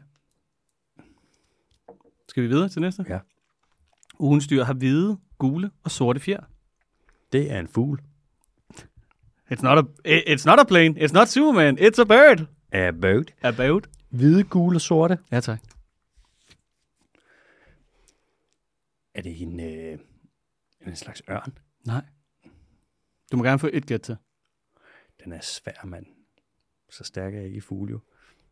Skal vi videre til næste? Ja. Ugens dyr har hvide, gule og sorte fjer. Det er en fugl. It's not a plane. It's not Superman. It's a bird. A bird. A bird. Hvide, gule og sorte. Ja, tak. Er det en slags ørn? Nej. Du må gerne få et gæt til. Den er svær, mand. Så stærk er jeg ikke i fugle, jo.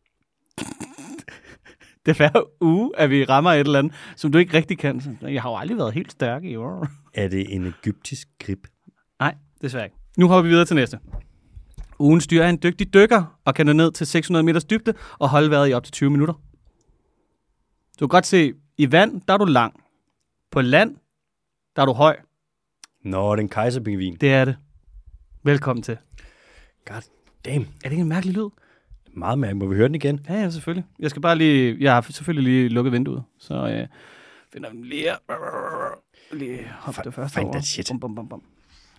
Det er hver uge, at vi rammer et eller andet, som du ikke rigtig kan. Jeg har jo aldrig været helt stærk i år. Er det en egyptisk grib? Nej, desværre ikke. Nu hopper vi videre til næste. Ugens dyr er en dygtig dykker, og kan nå ned til 600 meters dybde og holde vejret i op til 20 minutter. Du kan godt se, i vand, der er du lang. På land, der er du høj. Nå, det er en kejserpingvin. Det er det. Velkommen til. God damn. Er det ikke en mærkelig lyd? Meget mærkeligt. Må vi høre den igen? Ja, selvfølgelig. Jeg har selvfølgelig lige lukket vinduet, så finder den lige her. Lige hoppe det første over. Find that shit. Bum, bum, bum.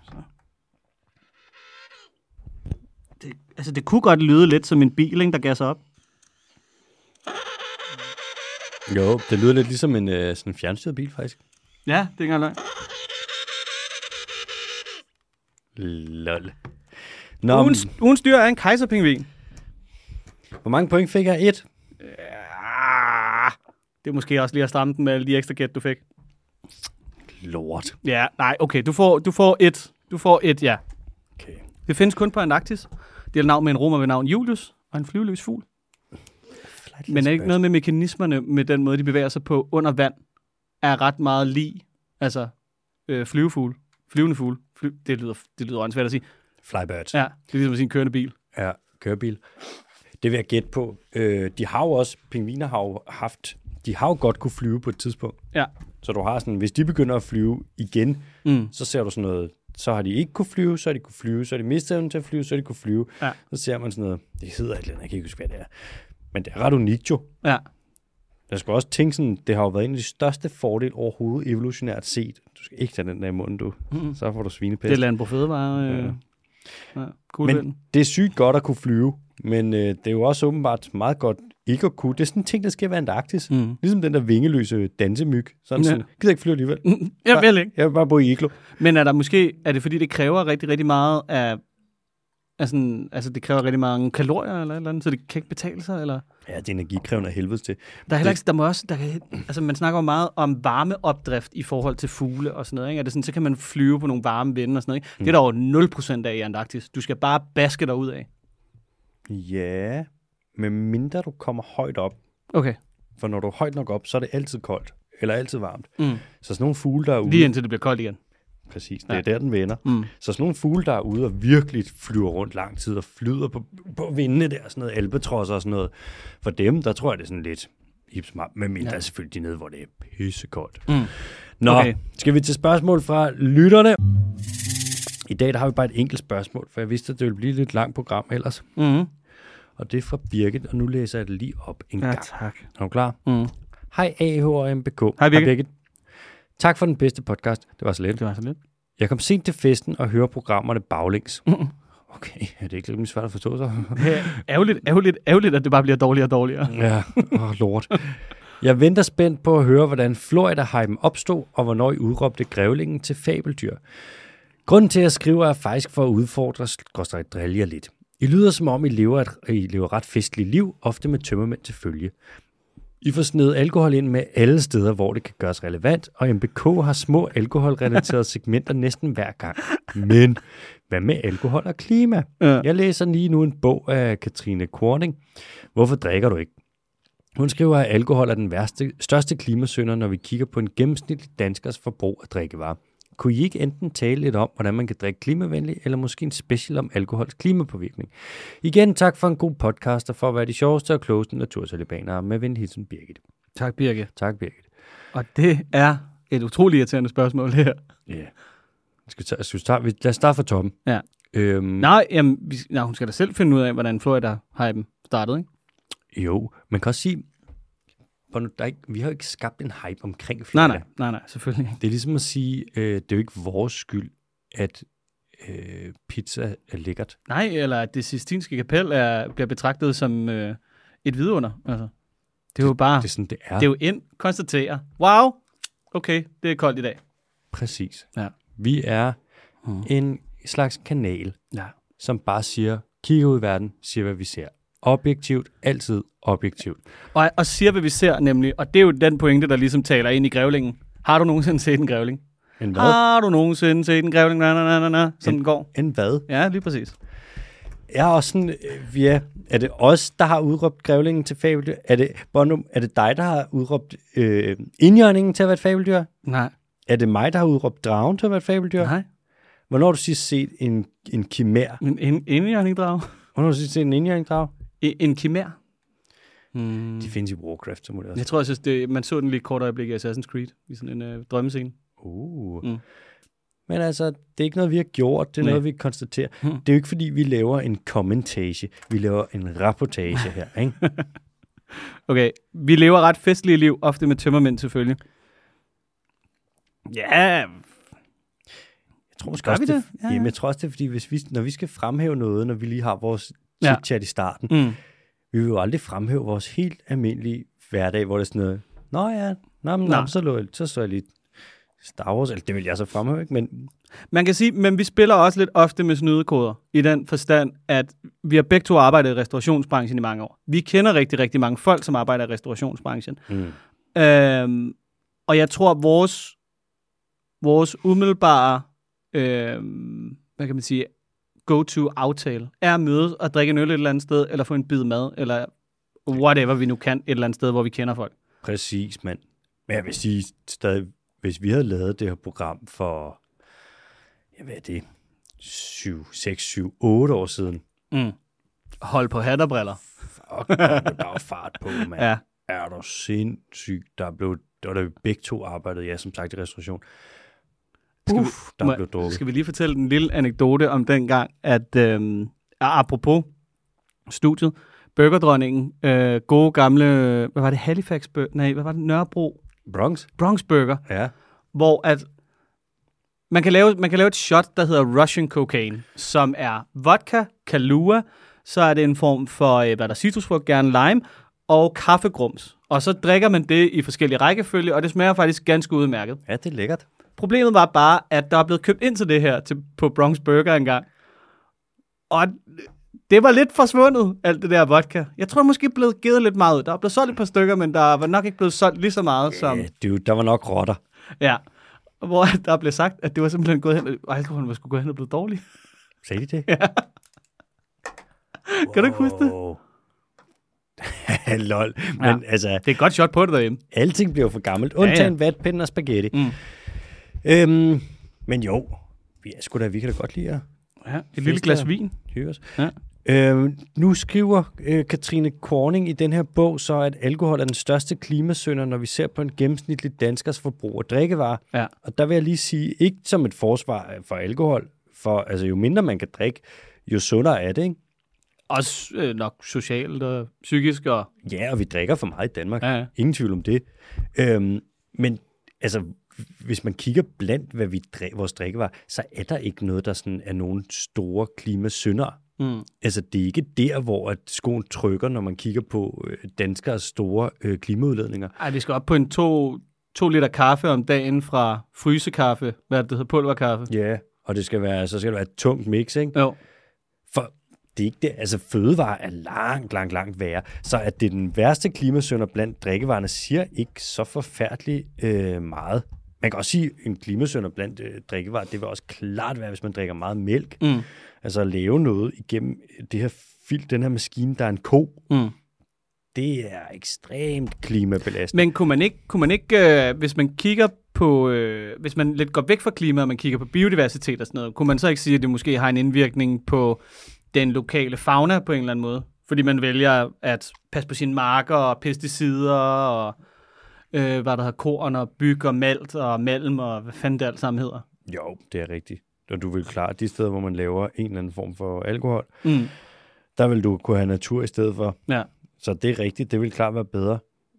Det kunne godt lyde lidt som en bil, ikke, der gasser op. Jo, det lyder lidt ligesom en sådan en fjernstyret bil, faktisk. Ja, det er ikke engang løgn. Lol. Nå, Ugens dyr er en kejserpingvin. hvor mange point fik jeg? 1? Det er måske også lige at stramme den med alle de ekstra gæt, du fik. Lort. Ja, nej, okay, du får 1. Du får 1, ja. Okay. Det findes kun på Antarktis. Det er navn med en romer ved navn Julius og en flyveløs fugl. Men er ikke noget med mekanismerne, med den måde, de bevæger sig på under vand, er ret meget lig, altså flyvende fugle. Det lyder åndssvært at sige. Flybirds. Ja, det er ligesom at sige en kørende bil. Ja, kørebil. Det vil jeg gætte på. De har jo også, pingviner har jo haft, de har jo godt kunne flyve på et tidspunkt. Ja. Så du har sådan, hvis de begynder at flyve igen, så ser du sådan noget, så har de ikke kunne flyve, så har de kunne flyve, så har de mistet evnen til at flyve, så har de kunne flyve. Ja. Så ser man sådan noget, det hedder et eller andet, jeg kan ikke huske, hvad det er. Men det er ret unikt jo. Ja. Jeg skal også tænke sådan, det har jo været en af de største fordele overhovedet evolutionært set. Du skal ikke tage den der i munden, du. Så får du svinepest. Det er landbrug fødevare. Men det er sygt godt at kunne flyve, men det er jo også åbenbart meget godt ikke at kunne. Det er sådan en ting, der skal være Antarktis. Ligesom den der vingeløse dansemyg. Sådan, sådan. Gider ikke flyve alligevel. Jeg vil ikke. Jeg vil bare bo i iglo. Men er det fordi, det kræver rigtig, rigtig meget af sådan, altså det kræver rigtig mange kalorier eller et eller andet, så det kan ikke betale sig, eller? Ja, det er energikrævende af helvedes til. Der er heller ikke, der må også, altså man snakker jo meget om varmeopdrift i forhold til fugle og sådan noget, ikke? Er det sådan, så kan man flyve på nogle varme vinde og sådan noget, ikke? Det er der jo 0% af i Antarktis. Du skal bare baske dig ud af. Ja, med mindre du kommer højt op. Okay. For når du er højt nok op, så er det altid koldt, eller altid varmt. Så sådan nogle fugle, der er ude... Lige indtil det bliver koldt igen. Præcis, det er der, den vender. Så sådan nogle fugle, der er ude og virkelig flyver rundt lang tid og flyder på vindene der, sådan noget albatrosser og sådan noget. For dem, der tror jeg, det er sådan lidt hipsmart, med mindre selvfølgelig de nede, hvor det er pissekoldt. Nå, okay. Skal vi til spørgsmål fra lytterne? I dag der har vi bare et enkelt spørgsmål, for jeg vidste, at det ville blive et lidt langt program ellers. Og det er fra Birgit, og nu læser jeg det lige op en gang. Tak. Er du klar? Hej AH og MBK. Hej Birgit. Tak for den bedste podcast. Det var så lidt. Jeg kom sent til festen og hører programmerne baglæns. Okay, er det ikke lidt svært at forstå så? Ærgerligt, at det bare bliver dårligere og dårligere. Ja, lort. Jeg venter spændt på at høre, hvordan Florida-hypen opstod, og hvornår I udråbte grævlingen til fabeldyr. Grunden til, at jeg skriver, er faktisk for at udfordre og drille jer lidt. I lyder som om, I lever ret festligt liv, ofte med tømmermænd til følge. I får snedet alkohol ind med alle steder, hvor det kan gøres relevant, og MBK har små alkoholrelaterede segmenter næsten hver gang. Men hvad med alkohol og klima? Ja. Jeg læser lige nu en bog af Katrine Korning. Hvorfor drikker du ikke? Hun skriver, at alkohol er den største klimasynder, når vi kigger på en gennemsnitlig danskers forbrug af drikkevarer. Kunne I ikke enten tale lidt om, hvordan man kan drikke klimavenligt, eller måske en special om alkohols klimapåvirkning? Igen, tak for en god podcast, og for at være de sjoveste og klogeste naturtalibanere. Med venlig hilsen, Birgit. Tak, Birgit. Tak, Birgit. Og det er et utroligt irriterende spørgsmål her. Ja. Lad os starte fra toppen. Ja. Hun skal da selv finde ud af, hvordan Florida-hypen startede, ikke? Jo, man kan også sige, vi har jo ikke skabt en hype omkring Florida. Nej, selvfølgelig. Det er ligesom at sige, det er jo ikke vores skyld, at pizza er lækkert. Nej, eller at det Sistinske Kapel bliver betragtet som et vidunder. Altså, det er jo bare... Det er sådan, det er. Det er jo ind, konstatere. Wow, okay, det er koldt i dag. Præcis. Ja. Vi er en slags kanal, som bare siger, kigger ud i verden, siger, hvad vi ser. Objektivt, altid objektivt. Og siger, hvad vi ser nemlig, og det er jo den pointe, der ligesom taler ind i grævlingen. Har du nogensinde set en grævling? En hvad? Har du nogensinde set en grævling? Sådan den går. En hvad? Ja, lige præcis. Jeg er også sådan, er det os, der har udråbt grævlingen til fabeldyr? Er det dig, der har udråbt indjørningen til at være et fabeldyr? Nej. Er det mig, der har udråbt dragen til at være et fabeldyr? Nej. Hvornår har du sidst set en kimær? En indjørningdrag? Hvornår har du sidst set en indjørningdrag? En kimær? De findes i Warcraft, så må det også. Jeg tror, man så den lige kort øjeblik i Assassin's Creed, i sådan en drømmescene. Men altså, det er ikke noget, vi har gjort. Det er noget, vi konstaterer. Det er jo ikke, fordi vi laver en kommentage. Vi laver en rapportage her, ikke? Okay, vi lever ret festlige liv, ofte med tømmermænd selvfølgelig. Ja, jeg tror måske også, det? Ja. Jamen, jeg tror også, det er, fordi når vi skal fremhæve noget, når vi lige har vores chit-chat i starten, vi vil jo aldrig fremhæve vores helt almindelige hverdag, hvor det er sådan noget, så så jeg lige Star Wars, eller det vil jeg så fremhæve, ikke? Men man kan sige, men vi spiller også lidt ofte med snydekoder, i den forstand, at vi har begge to arbejdet i restaurationsbranchen i mange år. Vi kender rigtig, rigtig mange folk, som arbejder i restaurationsbranchen. Og jeg tror, vores umiddelbare, hvad kan man sige, go-to-aftale er at mødes og drikke en øl et eller andet sted, eller få en bid mad, eller whatever vi nu kan, et eller andet sted, hvor vi kender folk. Præcis, mand. Men jeg vil sige stadig, hvis vi havde lavet det her program for, hvad er det, 6, 7, 8 år siden. Hold på hat og briller. Fuck, der var fart på, mand. Ja. Er du sindssygt? Der var vi begge to arbejdede, som sagt, i restauration. Der blev drukket. Skal vi lige fortælle en lille anekdote om den gang, at apropos studiet, Burgerdronningen, gode gamle, hvad var det, Halifax Burger? Nej, hvad var det, Nørrebro? Bronx Burger. Ja. Hvor at man kan lave et shot, der hedder Russian Cocaine, som er vodka, Kahlua, så er det en form for, hvad der citrusfrugt, gerne lime, og kaffegrums. Og så drikker man det i forskellige rækkefølge, og det smager faktisk ganske udmærket. Ja, det er lækkert. Problemet var bare, at der er blevet købt ind til det her på Bronx Burger engang. Og det var lidt forsvundet, alt det der vodka. Jeg tror måske blevet givet lidt meget ud. Der var blevet solgt et par stykker, men der var nok ikke blevet solgt lige så meget som... Der var nok rotter. Ja, hvor der blev sagt, at det var simpelthen gået hen... alkoholen var sgu gået hen og blevet dårlig. Sagde de det? Ja. Kan du ikke huske det? Lol. Men altså... Det er et godt shot på det derhjemme. Alting bliver for gammelt. Undtagen vatpinden og spaghetti. Men jo, vi kan da godt lide at... Ja, et lille glas vin. Ja. Nu skriver Katrine Korning i den her bog så, at alkohol er den største klimasynder, når vi ser på en gennemsnitlig danskers forbrug af drikkevarer. Ja. Og der vil jeg lige sige, ikke som et forsvar for alkohol, for altså, jo mindre man kan drikke, jo sundere er det, ikke? Også nok socialt og psykisk. Og... Ja, og vi drikker for meget i Danmark. Ja. Ingen tvivl om det. Men altså... Hvis man kigger blandt, hvad vores drikkevarer, så er der ikke noget, der sådan er nogle store klimasynder. Altså, det er ikke der, hvor at skoen trykker, når man kigger på danskers store klimaudledninger. Ej, vi skal op på en 2 liter kaffe om dagen fra frysekaffe, hvad det hedder, pulverkaffe. Ja, og det skal være, så skal det være et tungt mix, ikke? Jo. For det er ikke det, altså fødevarer er langt værre. Så at det er den værste klimasynder blandt drikkevarerne, siger ikke så forfærdeligt meget. Man kan også sige, at en klimasynder blandt drikkevarer, det vil også klart være, hvis man drikker meget mælk. Altså at lave noget igennem det her den her maskine, der er en ko. Det er ekstremt klimabelastende. Men kunne man ikke hvis man kigger på, hvis man lidt går væk fra klimaet, og man kigger på biodiversitet og sådan noget, kunne man så ikke sige, at det måske har en indvirkning på den lokale fauna på en eller anden måde? Fordi man vælger at passe på sine marker og pesticider og... hvad der hedder korn og byg og malt og malm og hvad fanden det alt sammen hedder. Jo, det er rigtigt. Og du vil klart, de steder, hvor man laver en eller anden form for alkohol, der vil du kunne have natur i stedet for. Ja. Så det er rigtigt, det vil klart være bedre.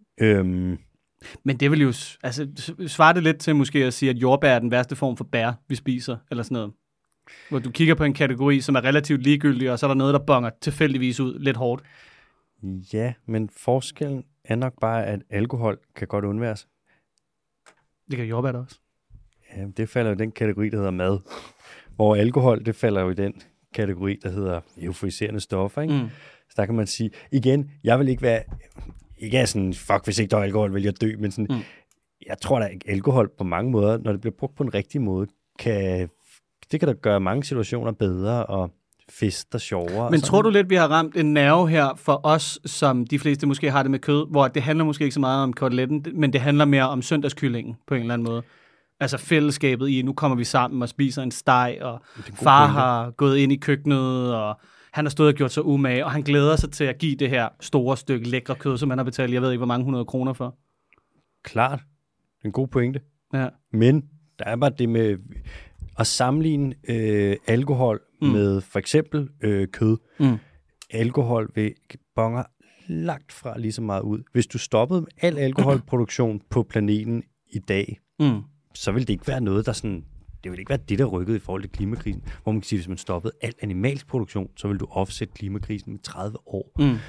Men det vil jo, altså svare det lidt til måske at sige, at jordbær er den værste form for bær, vi spiser, eller sådan noget. Hvor du kigger på en kategori, som er relativt ligegyldig, og så er der noget, der bonger tilfældigvis ud lidt hårdt. Ja, men forskellen er nok bare, at alkohol kan godt undværes. Det kan jordbær også. Ja, det falder jo i den kategori, der hedder mad. Hvor alkohol, det falder jo i den kategori, der hedder euforiserende stoffer, ikke? Så der kan man sige, igen, jeg vil ikke være, ikke er sådan, fuck, hvis ikke der er alkohol, vil jeg dø, men sådan, jeg tror da ikke, alkohol på mange måder, når det bliver brugt på en rigtig måde, det kan da gøre mange situationer bedre, og fester sjovere. Men tror du lidt, vi har ramt en nerve her for os, som de fleste måske har det med kød, hvor det handler måske ikke så meget om koteletten, men det handler mere om søndagskyllingen på en eller anden måde? Altså fællesskabet i, nu kommer vi sammen og spiser en steg, og far har gået ind i køkkenet, og han har stået og gjort sig umage, og han glæder sig til at give det her store stykke lækre kød, som han har betalt, jeg ved ikke, hvor mange 100 kroner for. Klart. En god pointe. Ja. Men der er bare det med at sammenligne alkohol med for eksempel kød. Alkohol vil bonger langt fra lige så meget ud. Hvis du stoppede al alkoholproduktion på planeten i dag, så vil det ikke være noget, der sådan... Det vil ikke være det, der rykkede i forhold til klimakrisen. Hvor man kan sige, hvis man stoppede al animalsk produktion, så vil du offsætte klimakrisen med 30 år.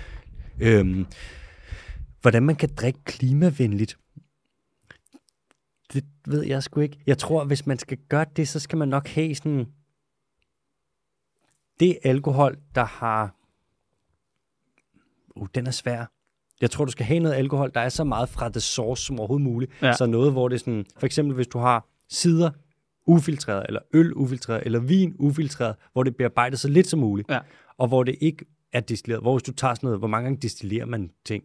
Hvordan man kan drikke klimavenligt, det ved jeg sgu ikke. Jeg tror, hvis man skal gøre det, så skal man nok have sådan... Det alkohol, der har... den er svær. Jeg tror, du skal have noget alkohol, der er så meget fra the source som overhovedet muligt. Ja. Så noget, hvor det er sådan... For eksempel, hvis du har cider ufiltreret, eller øl ufiltreret, eller vin ufiltreret, hvor det bearbejder så lidt som muligt, og hvor det ikke er destilleret. Hvor hvis du tager sådan noget, hvor mange gange destillerer man ting?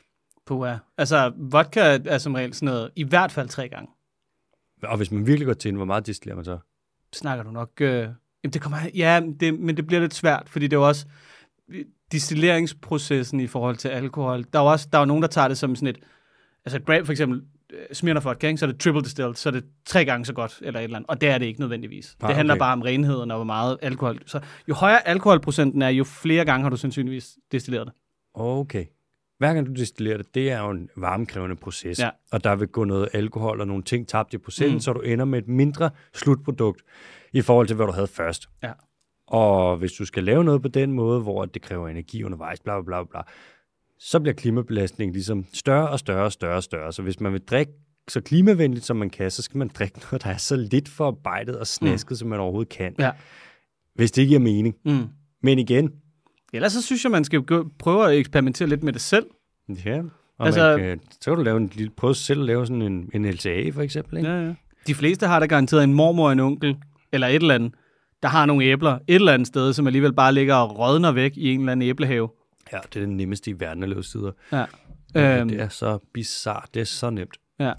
Altså, vodka er som regel sådan noget, i hvert fald 3 gange. Og hvis man virkelig går til den, hvor meget destillerer man så? Snakker du nok... det kommer, men det bliver lidt svært, fordi det er jo også destilleringsprocessen i forhold til alkohol. Der er jo nogen, der tager det som sådan et... Altså et brand, for eksempel, Smirnoff vodka, ikke? Så er det triple distilled, så er det 3 gange så godt, eller et eller andet. Og det er det ikke nødvendigvis. Det handler bare om renheden og hvor meget alkohol. Så jo højere alkoholprocenten er, jo flere gange har du sandsynligvis destilleret det. Okay. Hver gang du destillerer det, det er jo en varmekrævende proces. Ja. Og der vil gå noget alkohol og nogle ting tabt i processen, så du ender med et mindre slutprodukt i forhold til, hvad du havde først. Ja. Og hvis du skal lave noget på den måde, hvor det kræver energi undervejs, bla bla bla, så bliver klimabelastningen ligesom større og større og større og større. Så hvis man vil drikke så klimavenligt, som man kan, så skal man drikke noget, der er så lidt forarbejdet og snasket, som man overhovedet kan. Ja. Hvis det giver mening. Men igen... Ellers så synes jeg, man skal prøve at eksperimentere lidt med det selv. Ja, og altså, så kan du prøve selv at lave sådan en LCA for eksempel. Ikke? Ja. De fleste har da garanteret en mormor og en onkel, eller et eller andet, der har nogle æbler et eller andet sted, som alligevel bare ligger og rådner væk i en eller anden æblehave. Ja, det er den nemmeste i verden at lave sider. Ja. Det er så bizarrt, det er så nemt. Ja.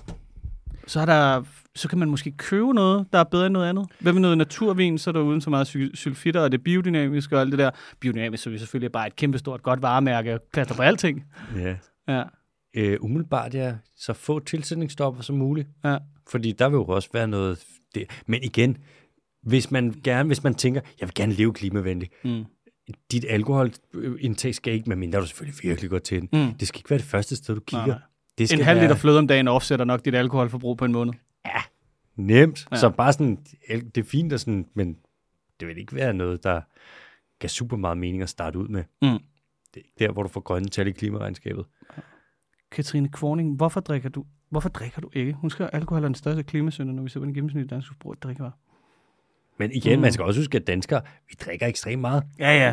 Så kan man måske købe noget, der er bedre end noget andet. Hvad med noget naturvin, så er der uden så meget sulfitter, og det er biodynamisk og alt det der. Biodynamisk, så er vi selvfølgelig bare et kæmpestort godt varemærke og plaster på alting. Ja. Umiddelbart, så få tilsætningsstoffer som muligt. Ja. Fordi der vil jo også være noget... Men igen, hvis man tænker, jeg vil gerne leve klimavenligt, dit alkoholindtag skal ikke, medmindre du selvfølgelig virkelig går til den. Det skal ikke være det første sted, du kigger. Det skal en halv liter fløde om dagen offsætter nok dit alkoholforbrug på en måned. Ja, nemt. Ja. Så bare sådan, det er fint, og sådan, men det vil ikke være noget, der gav super meget mening at starte ud med. Det er ikke der, hvor du får grønne tal i klimaregnskabet. Katrine Kvorning, hvorfor drikker du ikke? Hun skriver, alkohol er den største klimasynder, når vi ser på den gennemsnitlige danske forbrug af drikkevarer. Men igen, man skal også huske, at danskere, vi drikker ekstremt meget. Ja.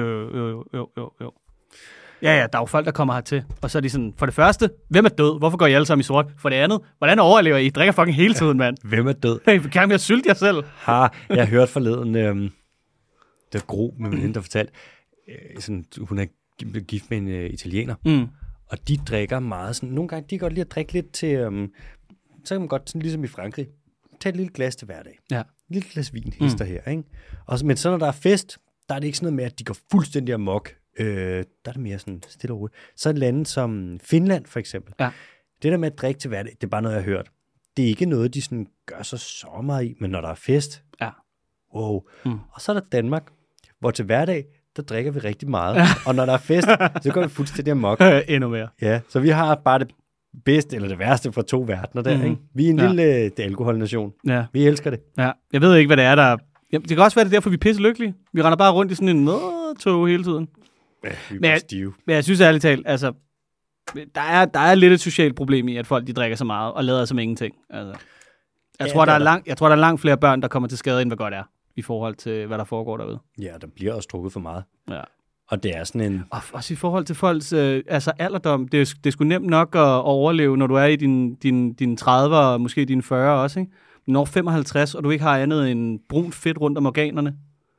Jo. Ja, der er jo folk, der kommer hertil, og så er de sådan, for det første, hvem er død? Hvorfor går I alle sammen i sort? For det andet, hvordan overlever I? I drikker fucking hele tiden, mand. Hvem er død? Hey, kan jeg sylte jer selv? Jeg hørte forleden, det var Gro, med min der fortalte, sådan, hun er blevet gift med en italiener, og de drikker meget sådan, nogle gange, de kan godt lide at drikke lidt til, så kan man godt, sådan, ligesom i Frankrig, tage et lille glas til hverdag. Ja. Et lille glas vin, hister her, ikke? Men så når der er fest, der er det ikke sådan noget med, at de går fuldstændig amok. Der er det mere sådan stille og roligt. Så et lande som Finland for eksempel. Ja. Det der med at drikke til hverdag, det er bare noget, jeg har hørt. Det er ikke noget, de sådan gør sig så meget i, men når der er fest, wow. Og så er der Danmark, hvor til hverdag, der drikker vi rigtig meget. Og når der er fest, så går vi fuldstændig amok. Endnu mere. Ja, så vi har bare det bedste eller det værste fra 2 verdener der, ikke? Vi er en lille alkoholnation. Ja. Vi elsker det. Ja. Jeg ved ikke, hvad det er, der... Det kan også være, det derfor, vi er pisse lykkelige. Vi render bare rundt i sådan en tog hele tiden. Ja, vi er stive. Men jeg synes ærligt talt, altså, der er lidt et socialt problem i, at folk de drikker så meget og lader som ingenting. Altså, jeg tror, der er langt flere børn, der kommer til skade, end hvad godt er, i forhold til, hvad der foregår derude. Ja, der bliver også drukket for meget. Ja. Og det er sådan en... Og også i forhold til folks alderdom. Det er sgu nemt nok at overleve, når du er i dine 30'er og måske dine 40'er også, ikke? Når 55, og du ikke har andet end brunt fedt rundt om organerne.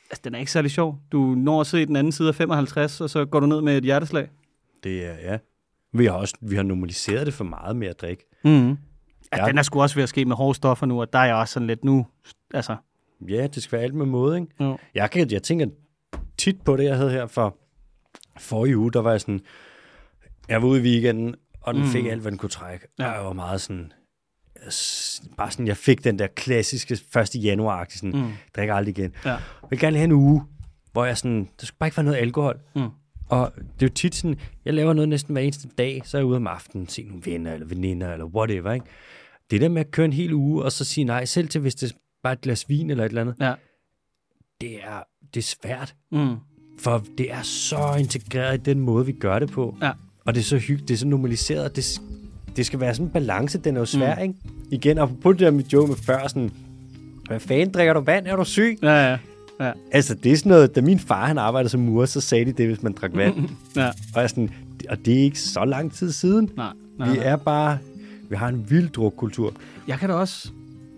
Altså, den er ikke særlig sjov. Du når at se den anden side af 55, og så går du ned med et hjerteslag. Det er, ja. Vi har normaliseret det for meget med at drikke. Mm-hmm. Ja. Ja, den er sgu også ved at ske med hårde stoffer nu, og der er jeg også sådan lidt nu, altså... Ja, det skal være alt med måde, ikke? Jo. Jeg tænker tit på det, jeg havde her for forrige uge, der var jeg sådan, jeg var ude i weekenden, og den fik alt, hvad den kunne trække. Ja. Og jeg var meget sådan, bare sådan, jeg fik den der klassiske 1. januar-agtige, sådan, drikker aldrig igen. Ja. Jeg vil gerne have en uge, hvor jeg sådan, der skulle bare ikke være noget alkohol. Og det er jo tit sådan, jeg laver noget næsten hver eneste dag, så er jeg ude om aftenen, se nogle venner eller veninder eller whatever, ikke? Det der med at køre en hel uge, og så sige nej, selv til hvis det er bare et glas vin eller et eller andet, ja. det er svært. For det er så integreret i den måde, vi gør det på. Ja. Og det er så hyggeligt, det er så normaliseret. Det skal være sådan en balance, den er jo svær, ikke? Igen, og på det der med joke med før, sådan, hvad fanden, drikker du vand? Er du syg? Ja. Altså, det er sådan noget, da min far, han arbejdede som murer, så sagde de det, hvis man drak vand. Ja. Og det er ikke så lang tid siden. Nej. Vi har en vild drukkultur. Jeg kan da også...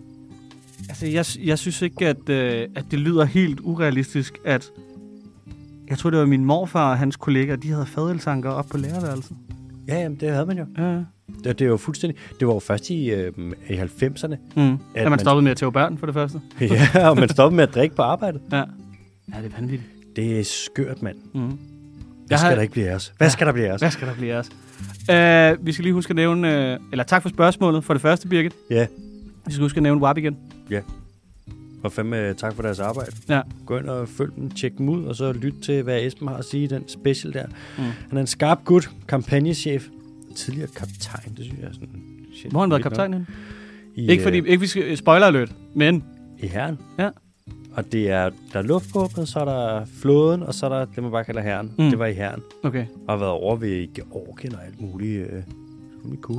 Altså, jeg synes ikke, at det lyder helt urealistisk, at... Jeg tror, det var min morfar og hans kollegaer, de havde fadølsanker op på lærerværelset. Ja, jamen, det havde man jo. Ja. Det var fuldstændig... Det var jo først i 90'erne. At man stoppede med at tæve børn, for det første. Ja, og man stoppede med at drikke på arbejdet. Ja, det er vanvittigt. Det er skørt, mand. Hvad skal der ikke blive af os? Hvad skal der blive af os? Vi skal lige huske at nævne... Eller tak for spørgsmålet for det første, Birgit. Ja. Vi skal huske at nævne WAP igen. Ja. Og fandme tak for deres arbejde. Ja. Gå ind og følg dem, tjek dem ud, og så lyt til, hvad Esben har at sige i den special der. Han er en skarp gut, kampagnechef, tidligere kaptajn, det synes jeg er sådan... Hvor har han været kaptajn hen? Ikke vi skal spoiler alert, men... I Herren. Ja. Og der er luftvåbnet, så er der flåden, og så er der det, man bare kalder Herren. Det var i Herren. Okay. Og har været over ved Georgien og alt muligt. Cool.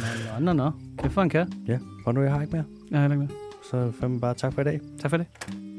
Nå. Kæft for en kære. Ja, og nu jeg har ikke mere. Jeg har ikke mere. Så fandme bare tak for i dag. Tak for det.